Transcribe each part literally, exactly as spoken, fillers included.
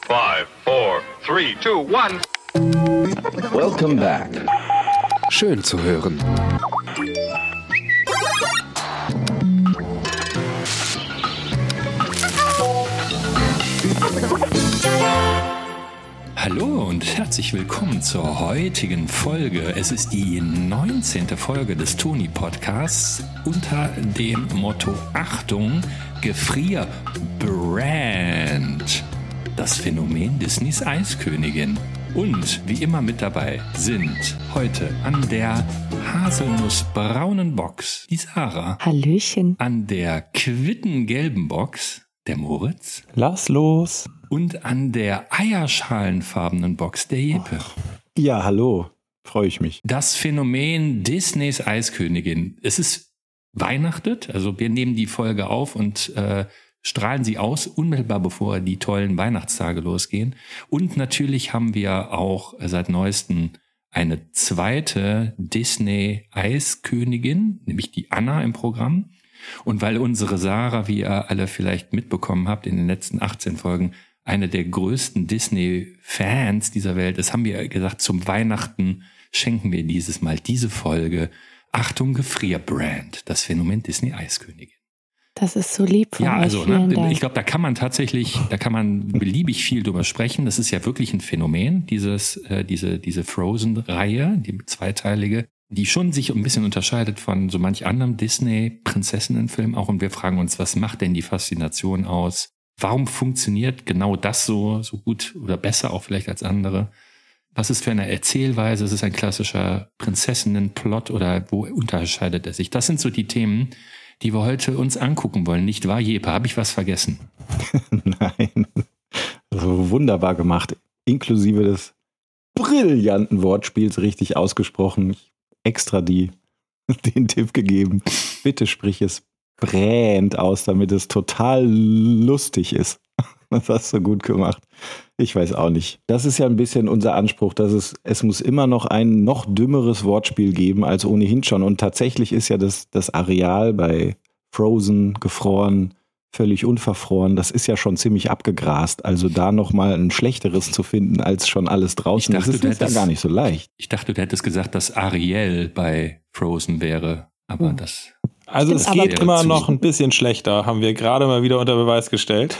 Five, four, three, two, one. Welcome back. Schön zu hören. Hallo und herzlich willkommen zur heutigen Folge. Es ist die neunzehnte Folge des Toni-Podcasts unter dem Motto Achtung, Gefrierbrand. Das Phänomen Disneys Eiskönigin. Und wie immer mit dabei sind heute an der haselnussbraunen Box die Sarah. Hallöchen. An der quittengelben Box der Moritz. Lass los. Und an der eierschalenfarbenen Box der Jeppe. Ja, hallo. Freue ich mich. Das Phänomen Disneys Eiskönigin. Es ist weihnachtet, also wir nehmen die Folge auf und äh, strahlen sie aus, unmittelbar bevor die tollen Weihnachtstage losgehen. Und natürlich haben wir auch seit neuestem eine zweite Disney-Eiskönigin, nämlich die Anna im Programm. Und weil unsere Sarah, wie ihr alle vielleicht mitbekommen habt, in den letzten achtzehn Folgen eine der größten Disney-Fans dieser Welt ist, haben wir gesagt, zum Weihnachten schenken wir dieses Mal diese Folge Achtung, Gefrierbrand, das Phänomen Disney-Eiskönigin. Das ist so lieb von Ja, euch. also ne, ich glaube, da kann man tatsächlich, da kann man beliebig viel drüber sprechen. Das ist ja wirklich ein Phänomen, dieses, äh, diese, diese Frozen-Reihe, die zweiteilige, die schon sich ein bisschen unterscheidet von so manch anderem Disney-Prinzessinnenfilm auch. Und wir fragen uns, was macht denn die Faszination aus? Warum funktioniert genau das so, so gut oder besser auch vielleicht als andere? Was ist für eine Erzählweise? Ist es ein klassischer Prinzessinnenplot oder wo unterscheidet er sich? Das sind so die Themen, die wir heute uns angucken wollen. Nicht wahr, Jeppe? Habe ich was vergessen? Nein. So wunderbar gemacht. Inklusive des brillanten Wortspiels richtig ausgesprochen. Ich extra die, den Tipp gegeben. Bitte sprich es Brand aus, damit es total lustig ist. Das hast du gut gemacht. Ich weiß auch nicht. Das ist ja ein bisschen unser Anspruch, dass es, es muss immer noch ein noch dümmeres Wortspiel geben als ohnehin schon. Und tatsächlich ist ja das, das Areal bei Frozen, gefroren, völlig unverfroren, das ist ja schon ziemlich abgegrast. Also da nochmal ein schlechteres zu finden als schon alles draußen, dachte, das ist ja gar nicht so leicht. Ich dachte, du hättest gesagt, dass Ariel bei Frozen wäre, aber hm. das... Also es geht immer noch ein bisschen schlechter, haben wir gerade mal wieder unter Beweis gestellt.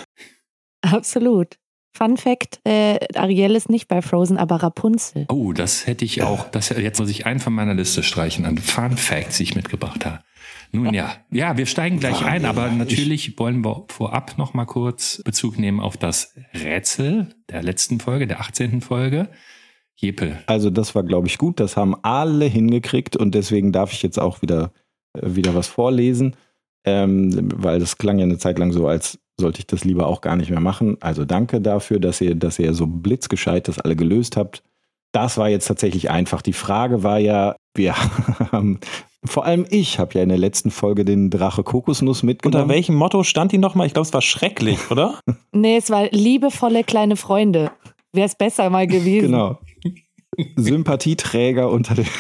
Absolut. Fun Fact, äh, Ariel ist nicht bei Frozen, aber Rapunzel. Oh, das hätte ich auch, das, jetzt muss ich einen von meiner Liste streichen an Fun Facts, die ich mitgebracht habe. Nun ja, ja, wir steigen gleich War ein, aber natürlich wollen wir vorab noch mal kurz Bezug nehmen auf das Rätsel der letzten Folge, der achtzehnten Folge. Jeppe. Also das war, glaube ich, gut, das haben alle hingekriegt und deswegen darf ich jetzt auch wieder, äh, wieder was vorlesen, ähm, weil das klang ja eine Zeit lang so, als sollte ich das lieber auch gar nicht mehr machen. Also danke dafür, dass ihr, dass ihr so blitzgescheit das alle gelöst habt. Das war jetzt tatsächlich einfach. Die Frage war ja, wir haben, vor allem ich habe ja in der letzten Folge den Drache Kokosnuss mitgenommen. Unter welchem Motto stand die nochmal? Ich glaube, es war schrecklich, oder? Nee, es war liebevolle kleine Freunde. Wäre es besser mal gewesen. Genau. Sympathieträger unter den...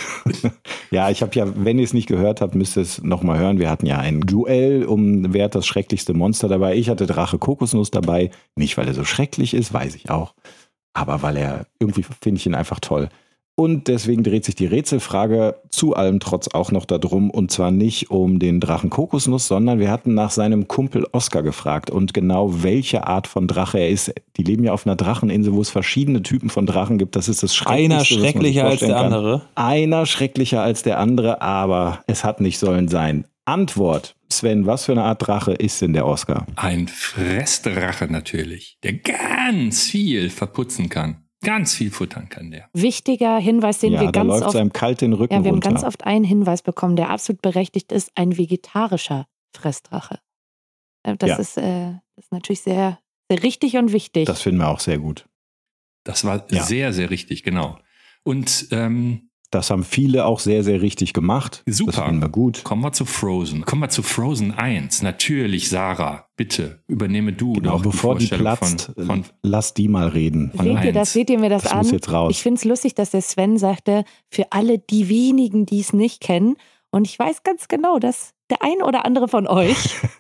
Ja, ich habe ja, wenn ihr es nicht gehört habt, müsst ihr es nochmal hören. Wir hatten ja ein Duell um wer hat das schrecklichste Monster dabei. Ich hatte Drache Kokosnuss dabei. Nicht, weil er so schrecklich ist, weiß ich auch. Aber weil er, irgendwie finde ich ihn einfach toll. Und deswegen dreht sich die Rätselfrage zu allem Trotz auch noch darum. Und zwar nicht um den Drachen Kokosnuss, sondern wir hatten nach seinem Kumpel Oscar gefragt. Und genau welche Art von Drache er ist. Die leben ja auf einer Dracheninsel, wo es verschiedene Typen von Drachen gibt. Das ist das Schrecklichste. Einer schrecklicher als der andere. Einer schrecklicher als der andere, aber es hat nicht sollen sein. Antwort. Sven, was für eine Art Drache ist denn der Oscar? Ein Fressdrache natürlich, der ganz viel verputzen kann. Ganz viel futtern kann der. Wichtiger Hinweis, den ja, wir ganz läuft oft... einem kalt den Rücken ja, wir runter. haben ganz oft einen Hinweis bekommen, der absolut berechtigt ist, ein vegetarischer Fressdrache. Das, ja. ist, äh, das ist natürlich sehr, sehr richtig und wichtig. Das finden wir auch sehr gut. Das war ja. sehr, sehr richtig, genau. Und ähm, das haben viele auch sehr, sehr richtig gemacht. Super. Das finden wir gut. Kommen wir zu Frozen. Kommen wir zu Frozen eins. Natürlich, Sarah, bitte, übernehme du genau, doch bevor die die platzt, von, von, lass die mal reden. Seht ihr das? Seht ihr mir das, das an? Muss jetzt raus. Ich finde es lustig, dass der Sven sagte, für alle die wenigen, die es nicht kennen. Und ich weiß ganz genau, dass der ein oder andere von euch.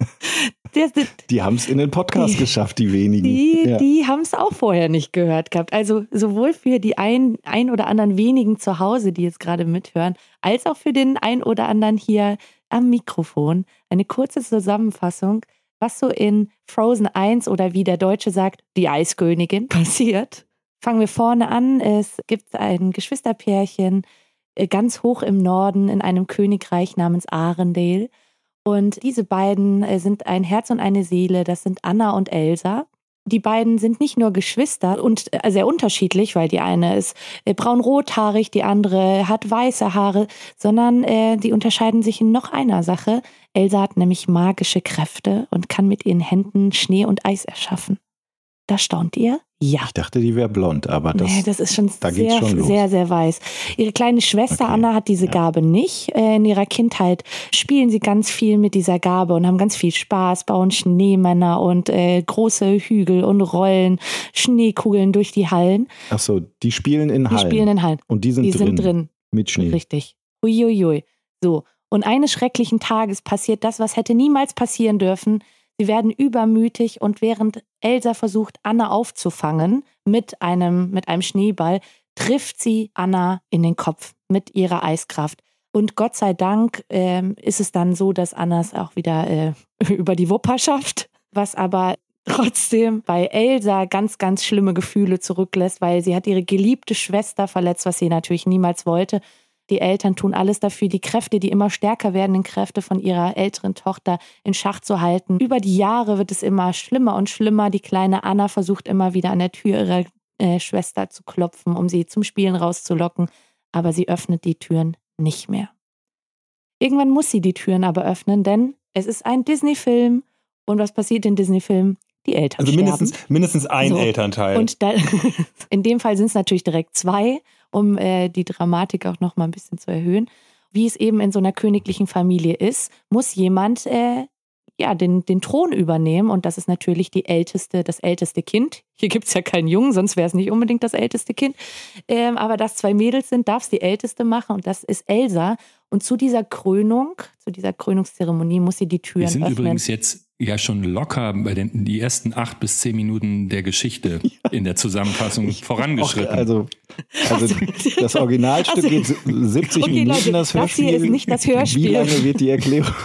Der, der, die haben es in den Podcast die, geschafft, die wenigen. Die, ja. die haben es auch vorher nicht gehört gehabt. Also sowohl für die ein, ein oder anderen wenigen zu Hause, die jetzt gerade mithören, als auch für den ein oder anderen hier am Mikrofon. Eine kurze Zusammenfassung, was so in Frozen eins oder wie der Deutsche sagt, die Eiskönigin passiert. Fangen wir vorne an. Es gibt ein Geschwisterpärchen ganz hoch im Norden in einem Königreich namens Arendelle. Und diese beiden sind ein Herz und eine Seele. Das sind Anna und Elsa. Die beiden sind nicht nur Geschwister und sehr unterschiedlich, weil die eine ist braun-rothaarig, die andere hat weiße Haare, sondern äh, die unterscheiden sich in noch einer Sache. Elsa hat nämlich magische Kräfte und kann mit ihren Händen Schnee und Eis erschaffen. Da staunt ihr? Ja. Ich dachte, die wäre blond, aber das, nee, das ist schon da sehr, schon los. sehr, sehr weiß. Ihre kleine Schwester okay. Anna hat diese ja. Gabe nicht. In ihrer Kindheit spielen sie ganz viel mit dieser Gabe und haben ganz viel Spaß, bauen Schneemänner und äh, große Hügel und rollen Schneekugeln durch die Hallen. Ach so, die spielen in Hallen. Die spielen in Hallen. Und die sind die drin. Sind drin. Mit Schnee. Richtig. Uiuiui. So. Und eines schrecklichen Tages passiert das, was hätte niemals passieren dürfen. Sie werden übermütig und während Elsa versucht, Anna aufzufangen mit einem, mit einem Schneeball, trifft sie Anna in den Kopf mit ihrer Eiskraft. Und Gott sei Dank ähm, ist es dann so, dass Anna es auch wieder äh, über die Wupper schafft, was aber trotzdem bei Elsa ganz, ganz schlimme Gefühle zurücklässt, weil sie hat ihre geliebte Schwester verletzt, was sie natürlich niemals wollte. Die Eltern tun alles dafür, die Kräfte, die immer stärker werdenden Kräfte von ihrer älteren Tochter in Schach zu halten. Über die Jahre wird es immer schlimmer und schlimmer. Die kleine Anna versucht immer wieder an der Tür ihrer äh, Schwester zu klopfen, um sie zum Spielen rauszulocken. Aber sie öffnet die Türen nicht mehr. Irgendwann muss sie die Türen aber öffnen, denn es ist ein Disney-Film. Und was passiert in Disney-Filmen? Die Eltern also sterben. mindestens, mindestens ein so. Elternteil. Und da, in dem Fall sind es natürlich direkt zwei, um äh, die Dramatik auch noch mal ein bisschen zu erhöhen. Wie es eben in so einer königlichen Familie ist, muss jemand äh, ja, den, den Thron übernehmen. Und das ist natürlich die älteste, das älteste Kind. Hier gibt es ja keinen Jungen, sonst wäre es nicht unbedingt das älteste Kind. Ähm, aber dass zwei Mädels sind, darf es die älteste machen. Und das ist Elsa. Und zu dieser Krönung, zu dieser Krönungszeremonie muss sie die Türen öffnen. Wir sind übrigens jetzt ja schon locker bei den die ersten acht bis zehn Minuten der Geschichte ja. in der Zusammenfassung ich, vorangeschritten. Auch, also, also das Originalstück geht siebzig okay, Minuten, Leute, das Hörspiel. Das hier ist nicht das Hörspiel. Wie lange wird die Erklärung?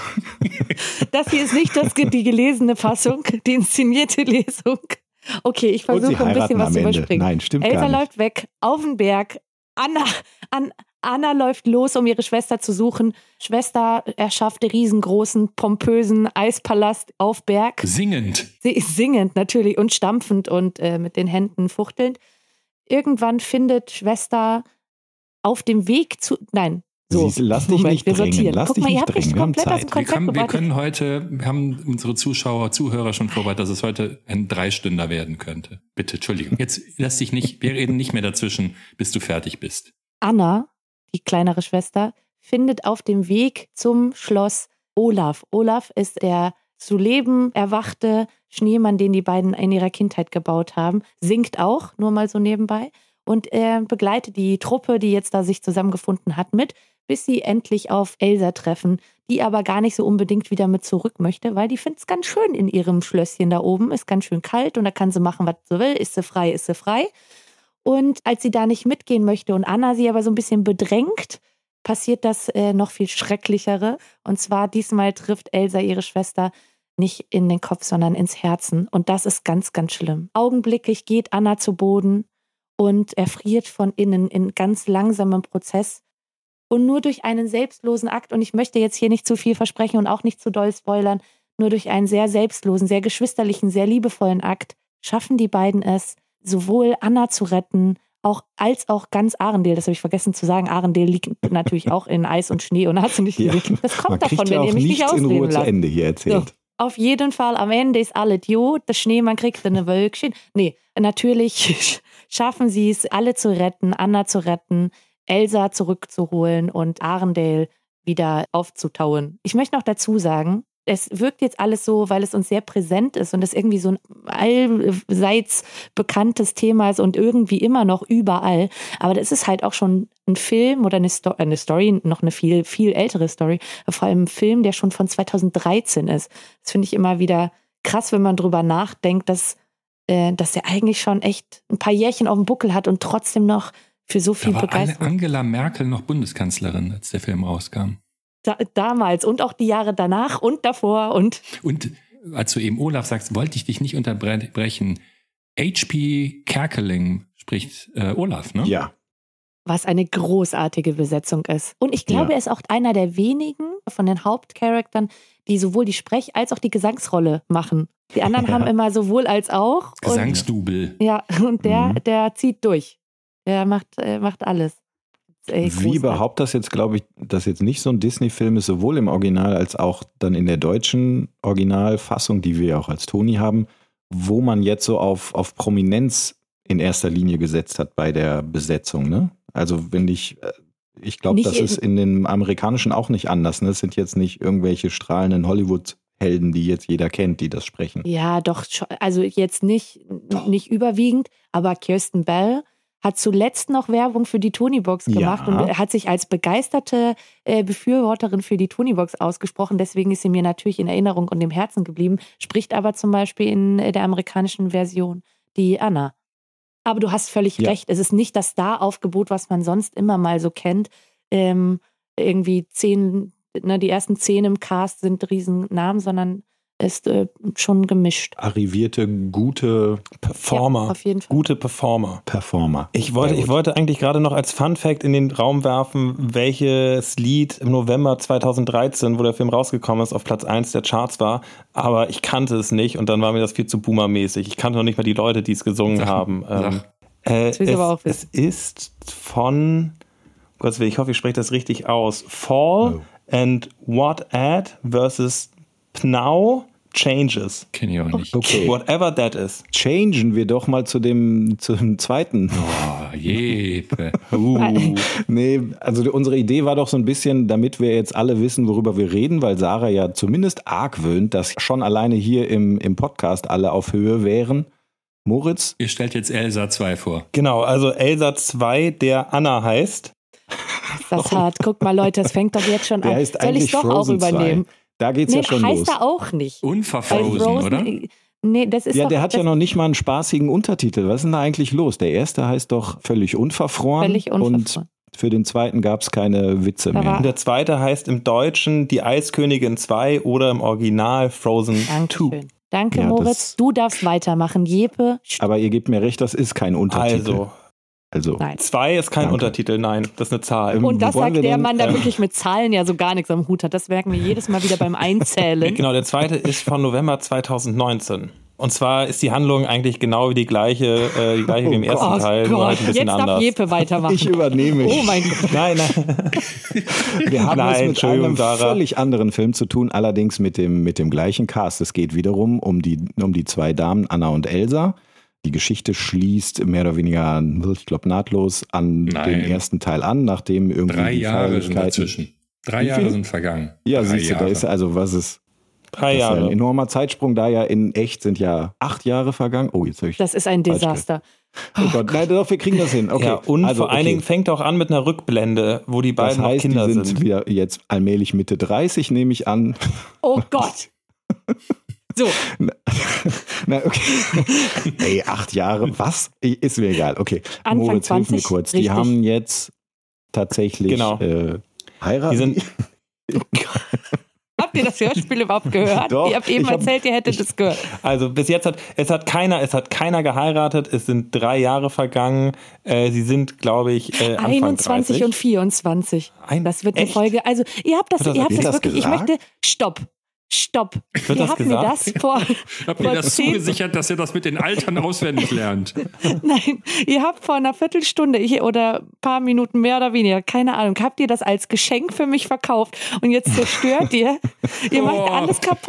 Das hier ist nicht das, die gelesene Fassung, die inszenierte Lesung. Okay, ich versuche ein bisschen was zu überspringen. Nein, stimmt Elsa gar nicht. läuft weg auf den Berg. Anna, An, Anna läuft los, um ihre Schwester zu suchen. Schwester erschafft den riesengroßen, pompösen Eispalast auf Berg. Singend. Sie ist singend natürlich und stampfend und äh, mit den Händen fuchtelnd. Irgendwann findet Schwester auf dem Weg zu... Nein, so. Sie, lass dich nicht wir drängen. sortieren. Lass Guck dich mal, ihr nicht habt mich drängen. komplett aus dem Wir, Konzept kann, wir gebracht. können heute, wir haben unsere Zuschauer, Zuhörer schon vorbereitet, dass es heute ein Dreistünder werden könnte. Bitte, Entschuldigung. Jetzt lass dich nicht, wir reden nicht mehr dazwischen, bis du fertig bist. Anna, die kleinere Schwester, findet auf dem Weg zum Schloss Olaf. Olaf ist der zu Leben erwachte Schneemann, den die beiden in ihrer Kindheit gebaut haben. Singt auch, nur mal so nebenbei. Und er begleitet die Truppe, die jetzt da sich zusammengefunden hat, mit, bis sie endlich auf Elsa treffen, die aber gar nicht so unbedingt wieder mit zurück möchte, weil die findet es ganz schön in ihrem Schlösschen da oben. Ist ganz schön kalt und da kann sie machen, was sie will. Ist sie frei, ist sie frei. Und als sie da nicht mitgehen möchte und Anna sie aber so ein bisschen bedrängt, passiert das äh, noch viel Schrecklichere. Und zwar diesmal trifft Elsa ihre Schwester nicht in den Kopf, sondern ins Herzen. Und das ist ganz, ganz schlimm. Augenblicklich geht Anna zu Boden und erfriert von innen in ganz langsamem Prozess. Und nur durch einen selbstlosen Akt, und ich möchte jetzt hier nicht zu viel versprechen und auch nicht zu doll spoilern, nur durch einen sehr selbstlosen, sehr geschwisterlichen, sehr liebevollen Akt schaffen die beiden es, sowohl Anna zu retten, auch als auch ganz Arendelle. Das habe ich vergessen zu sagen. Arendelle liegt natürlich auch in Eis und Schnee und hast du nicht gesehen. Ja, das kommt davon, wenn ihr mich nicht ausreden in Ruhe lasst. Zu Ende hier erzählt. So. Auf jeden Fall, am Ende ist alles gut. Der Schneemann kriegt eine Wölkchen. Nee, natürlich schaffen sie es, alle zu retten, Anna zu retten, Elsa zurückzuholen und Arendelle wieder aufzutauen. Ich möchte noch dazu sagen, es wirkt jetzt alles so, weil es uns sehr präsent ist und es irgendwie so ein allseits bekanntes Thema ist und irgendwie immer noch überall. Aber das ist halt auch schon ein Film oder eine, Sto- eine Story, noch eine viel, viel ältere Story, vor allem ein Film, der schon von zweitausenddreizehn ist. Das finde ich immer wieder krass, wenn man drüber nachdenkt, dass, äh, dass er eigentlich schon echt ein paar Jährchen auf dem Buckel hat und trotzdem noch für so viel da war Begeisterung. Angela Merkel noch Bundeskanzlerin, als der Film rauskam. Da, damals und auch die Jahre danach und davor und. Und als du eben Olaf sagst, wollte ich dich nicht unterbrechen. H P Kerkeling spricht äh, Olaf, ne? Ja. Was eine großartige Besetzung ist. Und ich glaube, Ja. er ist auch einer der wenigen von den Hauptcharaktern, die sowohl die Sprech- als auch die Gesangsrolle machen. Die anderen Ja. haben immer sowohl als auch. Und, Gesangsdubel. ja, und der, Mhm. der zieht durch. Der macht, äh, macht alles. Das ist echt Wie großartig. überhaupt das jetzt, glaube ich, dass jetzt nicht so ein Disney-Film ist, sowohl im Original als auch dann in der deutschen Originalfassung, die wir ja auch als Toni haben, wo man jetzt so auf, auf Prominenz in erster Linie gesetzt hat bei der Besetzung, ne? Also wenn ich, äh, ich glaube, Nicht das in- ist in dem amerikanischen auch nicht anders, ne? Es sind jetzt nicht irgendwelche strahlenden Hollywood-Helden, die jetzt jeder kennt, die das sprechen. Ja, doch, schon- also jetzt nicht, nicht überwiegend, aber Kirsten Bell hat zuletzt noch Werbung für die Tony-Box gemacht Ja. und hat sich als begeisterte äh, Befürworterin für die Tony-Box ausgesprochen. Deswegen ist sie mir natürlich in Erinnerung und im Herzen geblieben, spricht aber zum Beispiel in äh, der amerikanischen Version die Anna. Aber du hast völlig Ja. recht, es ist nicht das Star-Aufgebot, was man sonst immer mal so kennt. Ähm, irgendwie zehn, ne, die ersten zehn im Cast sind Riesennamen, sondern ist äh, schon gemischt. Arrivierte, gute Performer. Ja, auf jeden Fall. Gute Performer. Performer. Ich wollte, Sehr ich gut. wollte eigentlich gerade noch als Fun-Fact in den Raum werfen, welches Lied im November zweitausenddreizehn, wo der Film rausgekommen ist, auf Platz eins der Charts war. Aber ich kannte es nicht und dann war mir das viel zu boomermäßig. Ich kannte noch nicht mal die Leute, die es gesungen Sag- haben. Ähm, sag. äh, Das will ich es, aber auch es ist von, Gott will, ich hoffe, ich spreche das richtig aus, Fall Oh. and What Ad versus Pnau Changes. Kenn ich auch nicht. Okay. Whatever that is. Changen wir doch mal zu dem, zu dem zweiten. Oh, jepe. Uh. Nee, also unsere Idee war doch so ein bisschen, damit wir jetzt alle wissen, worüber wir reden, weil Sarah ja zumindest argwöhnt, dass schon alleine hier im, im Podcast alle auf Höhe wären. Moritz? Ihr stellt jetzt Elsa zwei vor. Genau, also Elsa zwei, der Anna heißt. Ist das hart. Guck mal, Leute, es fängt doch jetzt schon Der an. heißt Soll ich eigentlich es doch Frozen auch übernehmen? zwei. Da geht's Nee, ja schon heißt los. er auch nicht. Weil Unverfrozen, Frozen- oder? Nee, das ist Ja, doch, der hat das ja noch nicht mal einen spaßigen Untertitel. Was ist denn da eigentlich los? Der erste heißt doch völlig unverfroren. völlig unverfroren. Und für den zweiten gab es keine Witze Da mehr. war- Und der zweite heißt im Deutschen Die Eiskönigin zwei oder im Original Frozen zwei. Dankeschön. Danke, Ja, das- Moritz. Du darfst weitermachen. Jepe, st- Aber ihr gebt mir recht, das ist kein Untertitel. Also, Also, nein. zwei ist kein Danke. Untertitel, nein, das ist eine Zahl. Ähm, Und das wo wollen sagt wir der denn, Mann, der äh, wirklich mit Zahlen ja so gar nichts am Hut hat. Das merken wir jedes Mal wieder beim Einzählen. Genau, der zweite ist von November zweitausendneunzehn. Und zwar ist die Handlung eigentlich genau wie die gleiche, äh, die gleiche wie im Oh ersten Oh Teil, nur Gott, halt ein bisschen jetzt darf anders. Jepe weitermachen. ich übernehme. Oh mein Gott. Nein, nein. Wir haben Nein, es mit Entschuldigung, einem Sarah. völlig anderen Film zu tun, allerdings mit dem, mit dem gleichen Cast. Es geht wiederum um die, um die zwei Damen, Anna und Elsa. Die Geschichte schließt mehr oder weniger, ich glaube, nahtlos an Nein. den ersten Teil an, nachdem irgendwie Drei die Jahre sind Feierlichkeiten- dazwischen. Drei Wie Jahre viel? sind vergangen. Ja, Drei siehst du, da Jahre. ist also, was ist, Drei das ist ja ein Jahre. enormer Zeitsprung, da ja in echt sind ja acht Jahre vergangen. Oh, jetzt habe ich. Das ist ein Falsch Desaster. Oh Gott, nein, doch, wir kriegen das hin. Okay. Ja, und also, vor allen okay. Dingen fängt auch an mit einer Rückblende, wo die Das beiden heißt, noch Kinder die sind, sind. wieder jetzt allmählich Mitte dreißig, nehme ich an. Oh Gott. So, Na, okay. Ey, acht Jahre, was? Ist mir egal. Okay, Anfang Moritz, hilf mir zwanzig, kurz. Die richtig. haben jetzt tatsächlich Genau. äh, heiraten. Die sind, habt ihr das Hörspiel überhaupt gehört? Doch, Ihr habt eben ich hab- erzählt, ihr hättet es gehört. also bis jetzt hat es hat keiner, es hat keiner geheiratet. Es sind drei Jahre vergangen. Äh, sie sind, glaube ich, äh, Anfang einundzwanzig dreißig. und vierundzwanzig. Ein- Das wird eine echt? Folge. Also, ihr habt das, Wird das- ihr habt wird das das wirklich. Ich gesagt? möchte. Stopp. Stopp. Wird ihr das habt mir gesagt? das vor. Habt ihr vor das zehn- zugesichert, dass ihr das mit den Altern auswendig lernt? Nein, ihr habt vor einer Viertelstunde ich, oder ein paar Minuten mehr oder weniger, keine Ahnung, habt ihr das als Geschenk für mich verkauft und jetzt zerstört ihr. Ihr macht Oh. alles kaputt.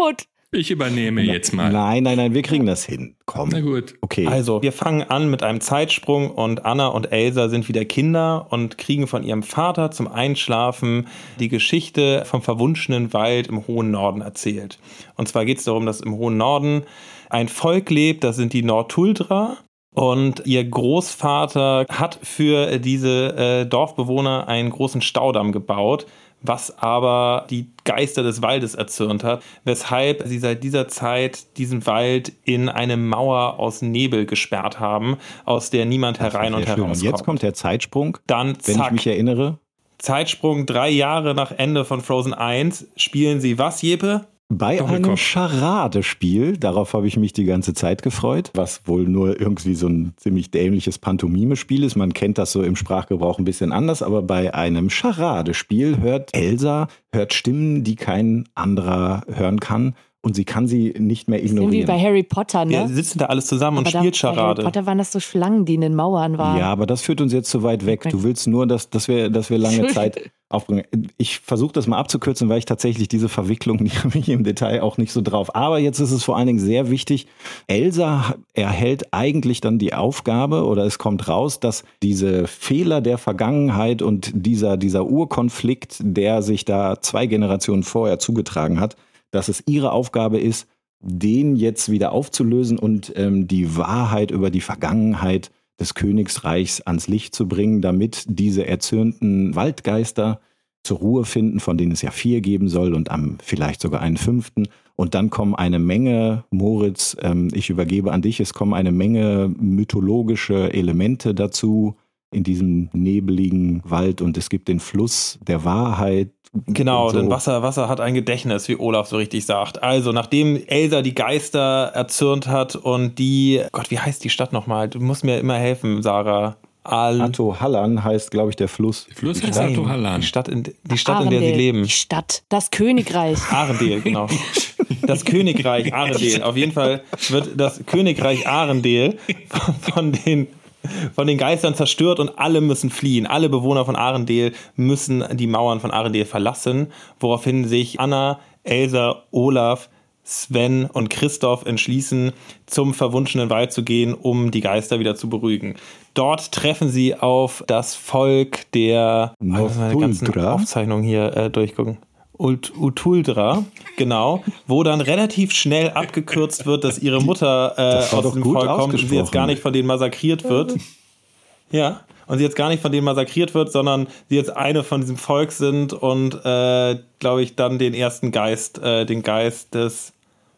Ich übernehme Na, jetzt mal. Nein, nein, nein, wir kriegen das hin. Komm. Na gut. Okay. Also, wir fangen an mit einem Zeitsprung und Anna und Elsa sind wieder Kinder und kriegen von ihrem Vater zum Einschlafen die Geschichte vom verwunschenen Wald im hohen Norden erzählt. Und zwar geht es darum, dass im hohen Norden ein Volk lebt, das sind die Nortuldra. Und ihr Großvater hat für diese äh, Dorfbewohner einen großen Staudamm gebaut, was aber die Geister des Waldes erzürnt hat, weshalb sie seit dieser Zeit diesen Wald in eine Mauer aus Nebel gesperrt haben, aus der niemand herein und herauskommt. Und jetzt kommt der Zeitsprung, Dann, wenn zack, ich mich erinnere. Zeitsprung, drei Jahre nach Ende von Frozen eins, spielen sie was, Jeppe? Bei einem Charadespiel, darauf habe ich mich die ganze Zeit gefreut, was wohl nur irgendwie so ein ziemlich dämliches Pantomime-Spiel ist. Man kennt das so im Sprachgebrauch ein bisschen anders, aber bei einem Charadespiel hört Elsa, hört Stimmen, die kein anderer hören kann. Und sie kann sie nicht mehr ignorieren. Wie bei Harry Potter, ne? Wir sitzen da alles zusammen aber und da, spielt bei Harry Charade. Potter waren das so Schlangen, die in den Mauern waren. Ja, aber das führt uns jetzt zu weit weg. Du willst nur, dass, dass, wir, dass wir lange Zeit aufbringen. Ich versuche das mal abzukürzen, weil ich tatsächlich diese Verwicklung, die habe ich im Detail auch nicht so drauf. Aber jetzt ist es vor allen Dingen sehr wichtig. Elsa erhält eigentlich dann die Aufgabe, oder es kommt raus, dass diese Fehler der Vergangenheit und dieser, dieser Urkonflikt, der sich da zwei Generationen vorher zugetragen hat, dass es ihre Aufgabe ist, den jetzt wieder aufzulösen und ähm, die Wahrheit über die Vergangenheit des Königsreichs ans Licht zu bringen, damit diese erzürnten Waldgeister zur Ruhe finden, von denen es ja vier geben soll und am vielleicht sogar einen fünften. Und dann kommen eine Menge, Moritz, ähm, ich übergebe an dich, es kommen eine Menge mythologische Elemente dazu in diesem nebeligen Wald und es gibt den Fluss der Wahrheit. Genau, so. denn Wasser, Wasser hat ein Gedächtnis, wie Olaf so richtig sagt. Also, nachdem Elsa die Geister erzürnt hat und die, Gott, wie heißt die Stadt nochmal? Du musst mir immer helfen, Sarah. Al Atohallan heißt, glaube ich, der Fluss. Der Fluss heißt Nein, Atohallan. Die Stadt, in, die Stadt in der sie leben. Die Stadt, das Königreich. Arendelle, genau. Das Königreich Arendelle. Auf jeden Fall wird das Königreich Arendelle von den von den Geistern zerstört und alle müssen fliehen. Alle Bewohner von Arendelle müssen die Mauern von Arendelle verlassen, woraufhin sich Anna, Elsa, Olaf, Sven und Christoph entschließen, zum verwunschenen Wald zu gehen, um die Geister wieder zu beruhigen. Dort treffen sie auf das Volk der meine ganzen Aufzeichnungen hier äh, durchgucken. Ut- Utuldra, genau, wo dann relativ schnell abgekürzt wird, dass ihre Mutter äh, aus dem Volk kommt und sie jetzt gar nicht von denen massakriert wird. Ja, und sie jetzt gar nicht von denen massakriert wird, sondern sie jetzt eine von diesem Volk sind und, äh, glaube ich, dann den ersten Geist, äh, den Geist des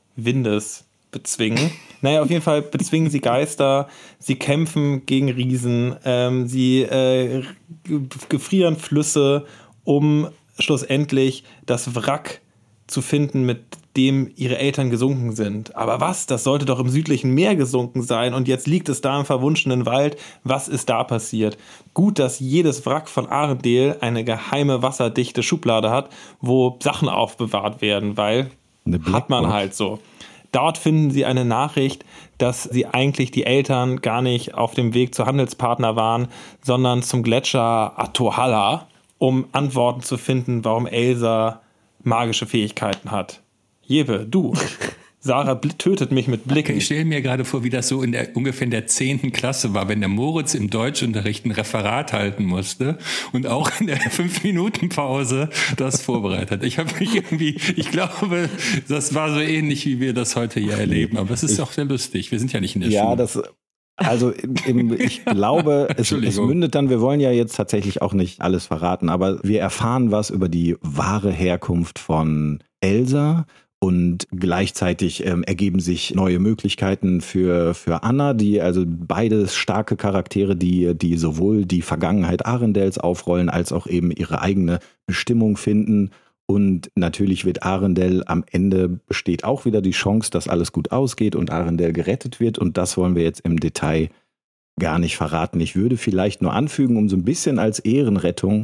Windes bezwingen. Naja, auf jeden Fall bezwingen sie Geister, sie kämpfen gegen Riesen, ähm, sie äh, gefrieren Flüsse, um schlussendlich das Wrack zu finden, mit dem ihre Eltern gesunken sind. Aber was? Das sollte doch im südlichen Meer gesunken sein und jetzt liegt es da im verwunschenen Wald. Was ist da passiert? Gut, dass jedes Wrack von Arendelle eine geheime wasserdichte Schublade hat, wo Sachen aufbewahrt werden, weil hat man halt so. Dort finden sie eine Nachricht, dass sie eigentlich die Eltern gar nicht auf dem Weg zu Handelspartner waren, sondern zum Gletscher Atohalla, um Antworten zu finden, warum Elsa magische Fähigkeiten hat. Jeppe, du. Sarah bl- tötet mich mit Blicken. Ich stelle mir gerade vor, wie das so in der, ungefähr in der zehnten Klasse war, wenn der Moritz im Deutschunterricht ein Referat halten musste und auch in der fünf-Minuten-Pause das vorbereitet hat. Ich habe mich irgendwie, ich glaube, das war so ähnlich, wie wir das heute hier erleben. Aber es ist auch sehr lustig. Wir sind ja nicht in der ja, Schule. Das, also im, ich glaube, es, es mündet dann, wir wollen ja jetzt tatsächlich auch nicht alles verraten, aber wir erfahren was über die wahre Herkunft von Elsa. Und gleichzeitig ähm, ergeben sich neue Möglichkeiten für, für Anna, die also beide starke Charaktere, die, die sowohl die Vergangenheit Arendells aufrollen, als auch eben ihre eigene Bestimmung finden. Und natürlich wird Arendelle am Ende besteht auch wieder die Chance, dass alles gut ausgeht und Arendelle gerettet wird. Und das wollen wir jetzt im Detail gar nicht verraten. Ich würde vielleicht nur anfügen, um so ein bisschen als Ehrenrettung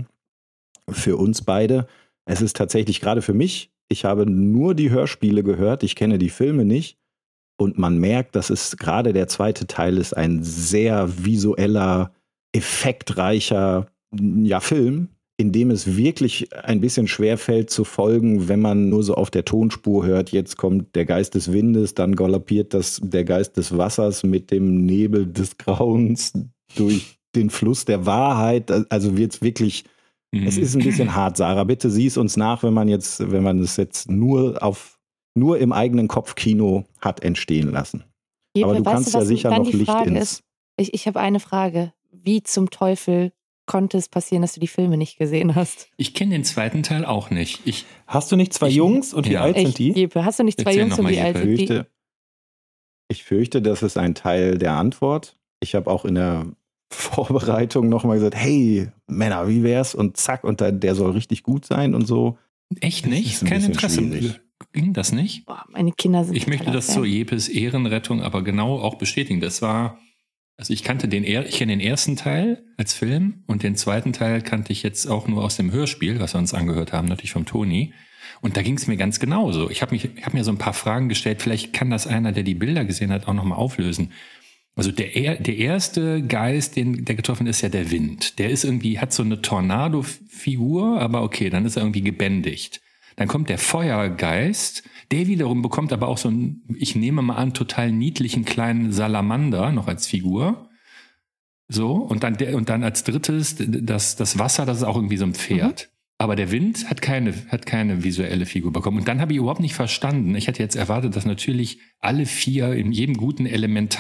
für uns beide. Es ist tatsächlich gerade für mich, ich habe nur die Hörspiele gehört, ich kenne die Filme nicht und man merkt, dass es gerade der zweite Teil ist, ein sehr visueller, effektreicher ja, Film, in dem es wirklich ein bisschen schwerfällt zu folgen, wenn man nur so auf der Tonspur hört, jetzt kommt der Geist des Windes, dann galoppiert das der Geist des Wassers mit dem Nebel des Grauens durch den Fluss der Wahrheit. Also wird es wirklich, mhm. es ist ein bisschen hart, Sarah. Bitte sieh es uns nach, wenn man jetzt, wenn man es jetzt nur auf, nur im eigenen Kopfkino hat entstehen lassen. Jeppe, aber du kannst du, ja sicher noch Licht Frage ins... Ist, ich ich habe eine Frage. Wie zum Teufel konnte es passieren, dass du die Filme nicht gesehen hast? Ich kenne den zweiten Teil auch nicht. Ich, hast du nicht zwei ich, Jungs und wie ja. alt sind Echt, die? Jeppe, hast du nicht zwei Erzähl Jungs noch und mal, wie alt Jeppe. sind die? Ich fürchte, ich fürchte, das ist ein Teil der Antwort. Ich habe auch in der Vorbereitung nochmal gesagt, hey, Männer, wie wär's? Und zack, und der, der soll richtig gut sein und so. Echt Das nicht? ist ein Kein bisschen Interesse. schwierig. Ging das nicht? Boah, meine Kinder sind Ich möchte totaler das Fan. zur Jepes Ehrenrettung aber genau auch bestätigen. Das war, also ich kannte den, er- ich kenne den ersten Teil als Film und den zweiten Teil kannte ich jetzt auch nur aus dem Hörspiel, was wir uns angehört haben, natürlich vom Toni. Und da ging es mir ganz genauso. Ich habe mich, ich habe mir so ein paar Fragen gestellt. Vielleicht kann das einer, der die Bilder gesehen hat, auch nochmal auflösen. Also der, er- der erste Geist, den, der getroffen ist, ist ja der Wind. Der ist irgendwie, hat so eine Tornado-Figur, aber okay, dann ist er irgendwie gebändigt. Dann kommt der Feuergeist, der wiederum bekommt aber auch so einen, ich nehme mal an, total niedlichen kleinen Salamander noch als Figur. So, und dann der, und dann als drittes das, das Wasser, das ist auch irgendwie so ein Pferd. Mhm. Aber der Wind hat keine, hat keine visuelle Figur bekommen. Und dann habe ich überhaupt nicht verstanden. Ich hätte jetzt erwartet, dass natürlich alle vier, in jedem guten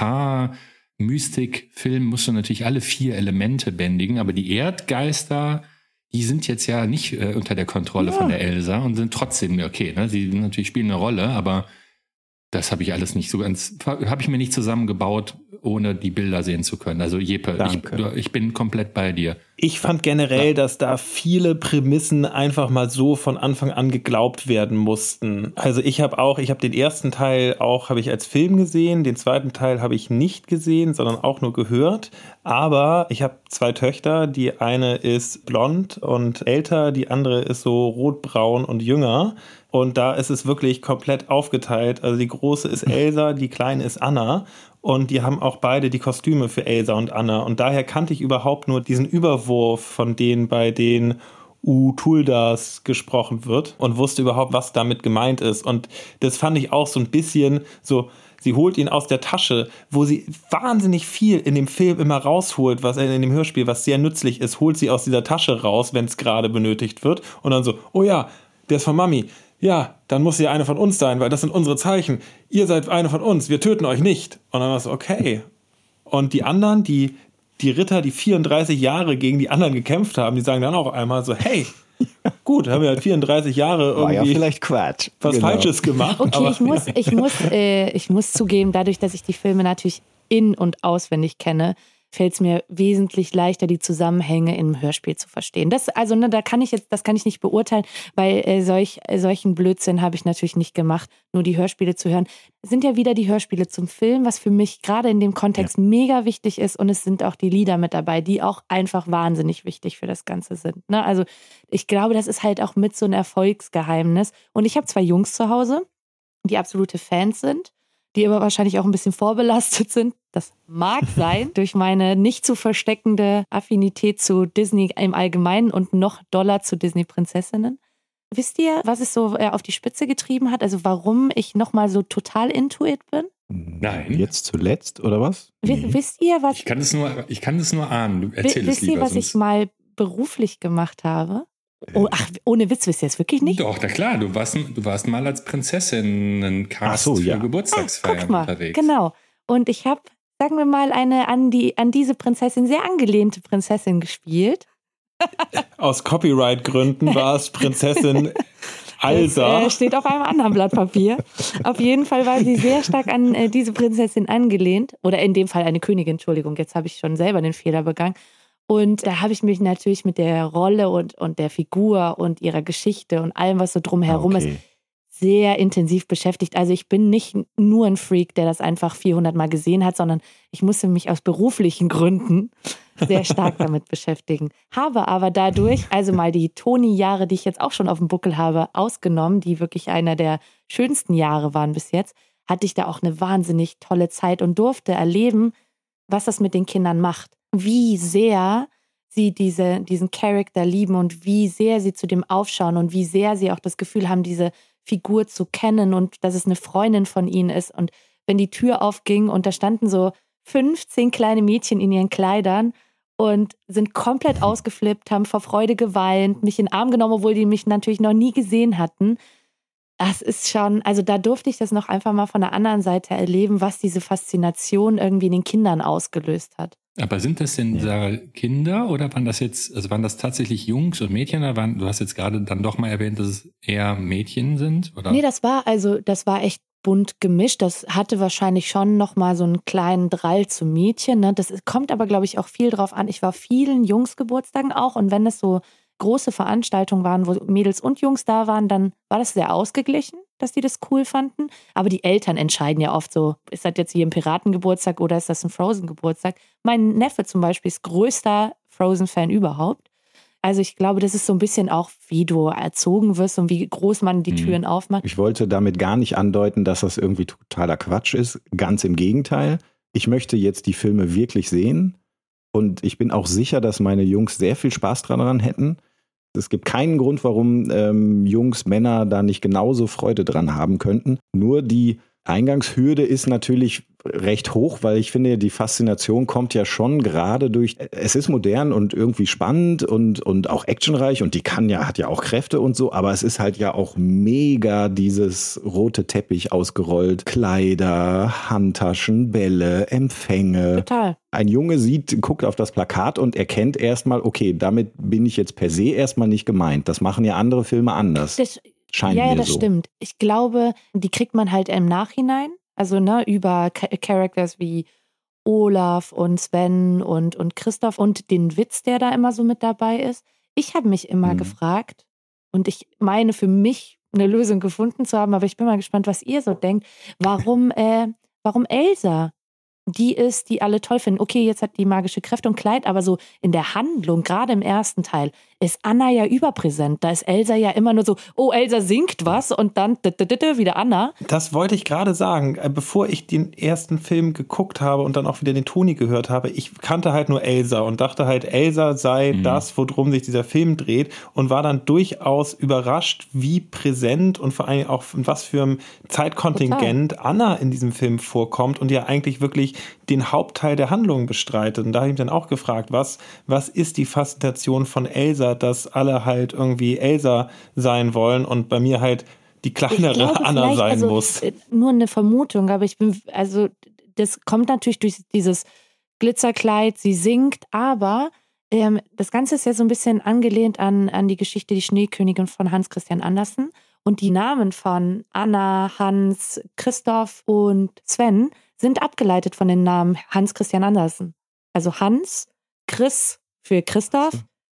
Elementar-Mystik-Film musst du natürlich alle vier Elemente bändigen, aber die Erdgeister, die sind jetzt ja nicht äh, unter der Kontrolle ja. von der Elsa und sind trotzdem, okay, ne, sie natürlich spielen eine Rolle, aber das habe ich alles nicht so ganz, habe ich mir nicht zusammengebaut, ohne die Bilder sehen zu können. Also Jeppe, ich, ich bin komplett bei dir. Ich fand generell, dass da viele Prämissen einfach mal so von Anfang an geglaubt werden mussten. Also ich habe auch, ich habe den ersten Teil auch, habe ich als Film gesehen, den zweiten Teil habe ich nicht gesehen, sondern auch nur gehört. Aber ich habe zwei Töchter, die eine ist blond und älter, die andere ist so rotbraun und jünger. Und da ist es wirklich komplett aufgeteilt. Also die große ist Elsa, die kleine ist Anna. Und die haben auch beide die Kostüme für Elsa und Anna. Und daher kannte ich überhaupt nur diesen Überwurf, von denen bei den Utuldas gesprochen wird. Und wusste überhaupt, was damit gemeint ist. Und das fand ich auch so ein bisschen so, sie holt ihn aus der Tasche, wo sie wahnsinnig viel in dem Film immer rausholt, was in dem Hörspiel, was sehr nützlich ist, holt sie aus dieser Tasche raus, wenn es gerade benötigt wird. Und dann so, oh ja, der ist von Mami. Ja, dann muss ja eine von uns sein, weil das sind unsere Zeichen. Ihr seid eine von uns, wir töten euch nicht. Und dann war es so, okay. Und die anderen, die, die Ritter, die vierunddreißig Jahre gegen die anderen gekämpft haben, die sagen dann auch einmal so, hey, gut, haben wir halt vierunddreißig Jahre irgendwie war ja vielleicht Quatsch. was Genau. Falsches gemacht. Okay, aber, ich muss, ja. ich muss, äh, ich muss zugeben, dadurch, dass ich die Filme natürlich in- und auswendig kenne, fällt es mir wesentlich leichter, die Zusammenhänge im Hörspiel zu verstehen. Das, also, ne, da kann ich jetzt, das kann ich nicht beurteilen, weil äh, solch, äh, solchen Blödsinn habe ich natürlich nicht gemacht, nur die Hörspiele zu hören. Es sind ja wieder die Hörspiele zum Film, was für mich gerade in dem Kontext ja. mega wichtig ist, und es sind auch die Lieder mit dabei, die auch einfach wahnsinnig wichtig für das Ganze sind. Ne? Also ich glaube, das ist halt auch mit so ein Erfolgsgeheimnis. Und ich habe zwei Jungs zu Hause, die absolute Fans sind, die aber wahrscheinlich auch ein bisschen vorbelastet sind. Das mag sein, durch meine nicht zu versteckende Affinität zu Disney im Allgemeinen und noch doller zu Disney-Prinzessinnen. Wisst ihr, was es so auf die Spitze getrieben hat? Also warum ich nochmal so total into it bin? Nein. Jetzt zuletzt, oder was? W- Nee. Wisst ihr, was, Ich kann es nur, ich kann es nur ahnen. Du erzähl w- es wisst ihr, lieber. was ich sonst- mal beruflich gemacht habe? Oh, ach, ohne Witz, wisst ihr es wirklich nicht? Doch, na klar, du warst, du warst mal als Prinzessin ein Cast Ach so, ja. für Geburtstagsfeiern Guck mal, unterwegs. genau. Und ich habe, sagen wir mal, eine an, die, an diese Prinzessin sehr angelehnte Prinzessin gespielt. Aus Copyright-Gründen war es Prinzessin Alsa. Das äh, steht auf einem anderen Blatt Papier. Auf jeden Fall war sie sehr stark an äh, diese Prinzessin angelehnt. Oder in dem Fall eine Königin, Entschuldigung, jetzt habe ich schon selber den Fehler begangen. Und da habe ich mich natürlich mit der Rolle und, und der Figur und ihrer Geschichte und allem, was so drumherum Okay. ist, sehr intensiv beschäftigt. Also ich bin nicht nur ein Freak, der das einfach vierhundert Mal gesehen hat, sondern ich musste mich aus beruflichen Gründen sehr stark damit beschäftigen. Habe aber dadurch, also mal die Toni-Jahre, die ich jetzt auch schon auf dem Buckel habe, ausgenommen, die wirklich einer der schönsten Jahre waren bis jetzt, hatte ich da auch eine wahnsinnig tolle Zeit und durfte erleben, was das mit den Kindern macht. Wie sehr sie diese, diesen Charakter lieben und wie sehr sie zu dem aufschauen und wie sehr sie auch das Gefühl haben, diese Figur zu kennen und dass es eine Freundin von ihnen ist. Und wenn die Tür aufging und da standen so fünfzehn kleine Mädchen in ihren Kleidern und sind komplett ausgeflippt, haben vor Freude geweint, mich in den Arm genommen, obwohl die mich natürlich noch nie gesehen hatten. Das ist schon, also da durfte ich das noch einfach mal von der anderen Seite erleben, was diese Faszination irgendwie in den Kindern ausgelöst hat. Aber sind das denn Sarah, Kinder oder waren das jetzt, also waren das tatsächlich Jungs und Mädchen oder waren, du hast jetzt gerade dann doch mal erwähnt, dass es eher Mädchen sind, oder? Nee, das war also, das war echt bunt gemischt. Das hatte wahrscheinlich schon nochmal so einen kleinen Drall zu Mädchen. Ne? Das kommt aber, glaube ich, auch viel drauf an. Ich war vielen Jungsgeburtstagen auch und wenn es so große Veranstaltungen waren, wo Mädels und Jungs da waren, dann war das sehr ausgeglichen, dass die das cool fanden. Aber die Eltern entscheiden ja oft so, ist das jetzt hier ein Piratengeburtstag oder ist das ein Frozen-Geburtstag? Mein Neffe zum Beispiel ist größter Frozen-Fan überhaupt. Also ich glaube, das ist so ein bisschen auch, wie du erzogen wirst und wie groß man die Türen mhm. aufmacht. Ich wollte damit gar nicht andeuten, dass das irgendwie totaler Quatsch ist. Ganz im Gegenteil. Ich möchte jetzt die Filme wirklich sehen. Und ich bin auch sicher, dass meine Jungs sehr viel Spaß dran hätten. Es gibt keinen Grund, warum ähm, Jungs, Männer da nicht genauso Freude dran haben könnten. Nur die Eingangshürde ist natürlich recht hoch, weil ich finde, die Faszination kommt ja schon gerade durch, es ist modern und irgendwie spannend und, und auch actionreich und die kann ja, hat ja auch Kräfte und so, aber es ist halt ja auch mega dieses rote Teppich ausgerollt, Kleider, Handtaschen, Bälle, Empfänge. Total. Ein Junge sieht, guckt auf das Plakat und erkennt erstmal, okay, damit bin ich jetzt per se erstmal nicht gemeint. Das machen ja andere Filme anders. Das Scheint ja, ja, mir das so. stimmt. Ich glaube, die kriegt man halt im Nachhinein. Also ne, über Characters wie Olaf und Sven und, und Christoph und den Witz, der da immer so mit dabei ist. Ich habe mich immer mhm. gefragt und ich meine für mich eine Lösung gefunden zu haben, aber ich bin mal gespannt, was ihr so denkt. Warum, äh, warum Elsa die ist, die alle toll finden. Okay, jetzt hat die magische Kräfte und Kleid, aber so in der Handlung, gerade im ersten Teil, ist Anna ja überpräsent. Da ist Elsa ja immer nur so, oh, Elsa singt was und dann wieder Anna. Das wollte ich gerade sagen. Bevor ich den ersten Film geguckt habe und dann auch wieder den Toni gehört habe, ich kannte halt nur Elsa und dachte halt, Elsa sei mhm. das, worum sich dieser Film dreht und war dann durchaus überrascht, wie präsent und vor allem auch was für ein Zeitkontingent Total. Anna in diesem Film vorkommt und ja eigentlich wirklich den Hauptteil der Handlung bestreitet. Und da habe ich mich dann auch gefragt, was, was ist die Faszination von Elsa, dass alle halt irgendwie Elsa sein wollen und bei mir halt die kleinere glaube, Anna sein also, muss. Nur eine Vermutung, aber ich bin, also das kommt natürlich durch dieses Glitzerkleid, sie singt, aber ähm, das Ganze ist ja so ein bisschen angelehnt an, an die Geschichte Die Schneekönigin von Hans Christian Andersen und die Namen von Anna, Hans, Christoph und Sven sind abgeleitet von den Namen Hans Christian Andersen. Also Hans, Chris für Christoph,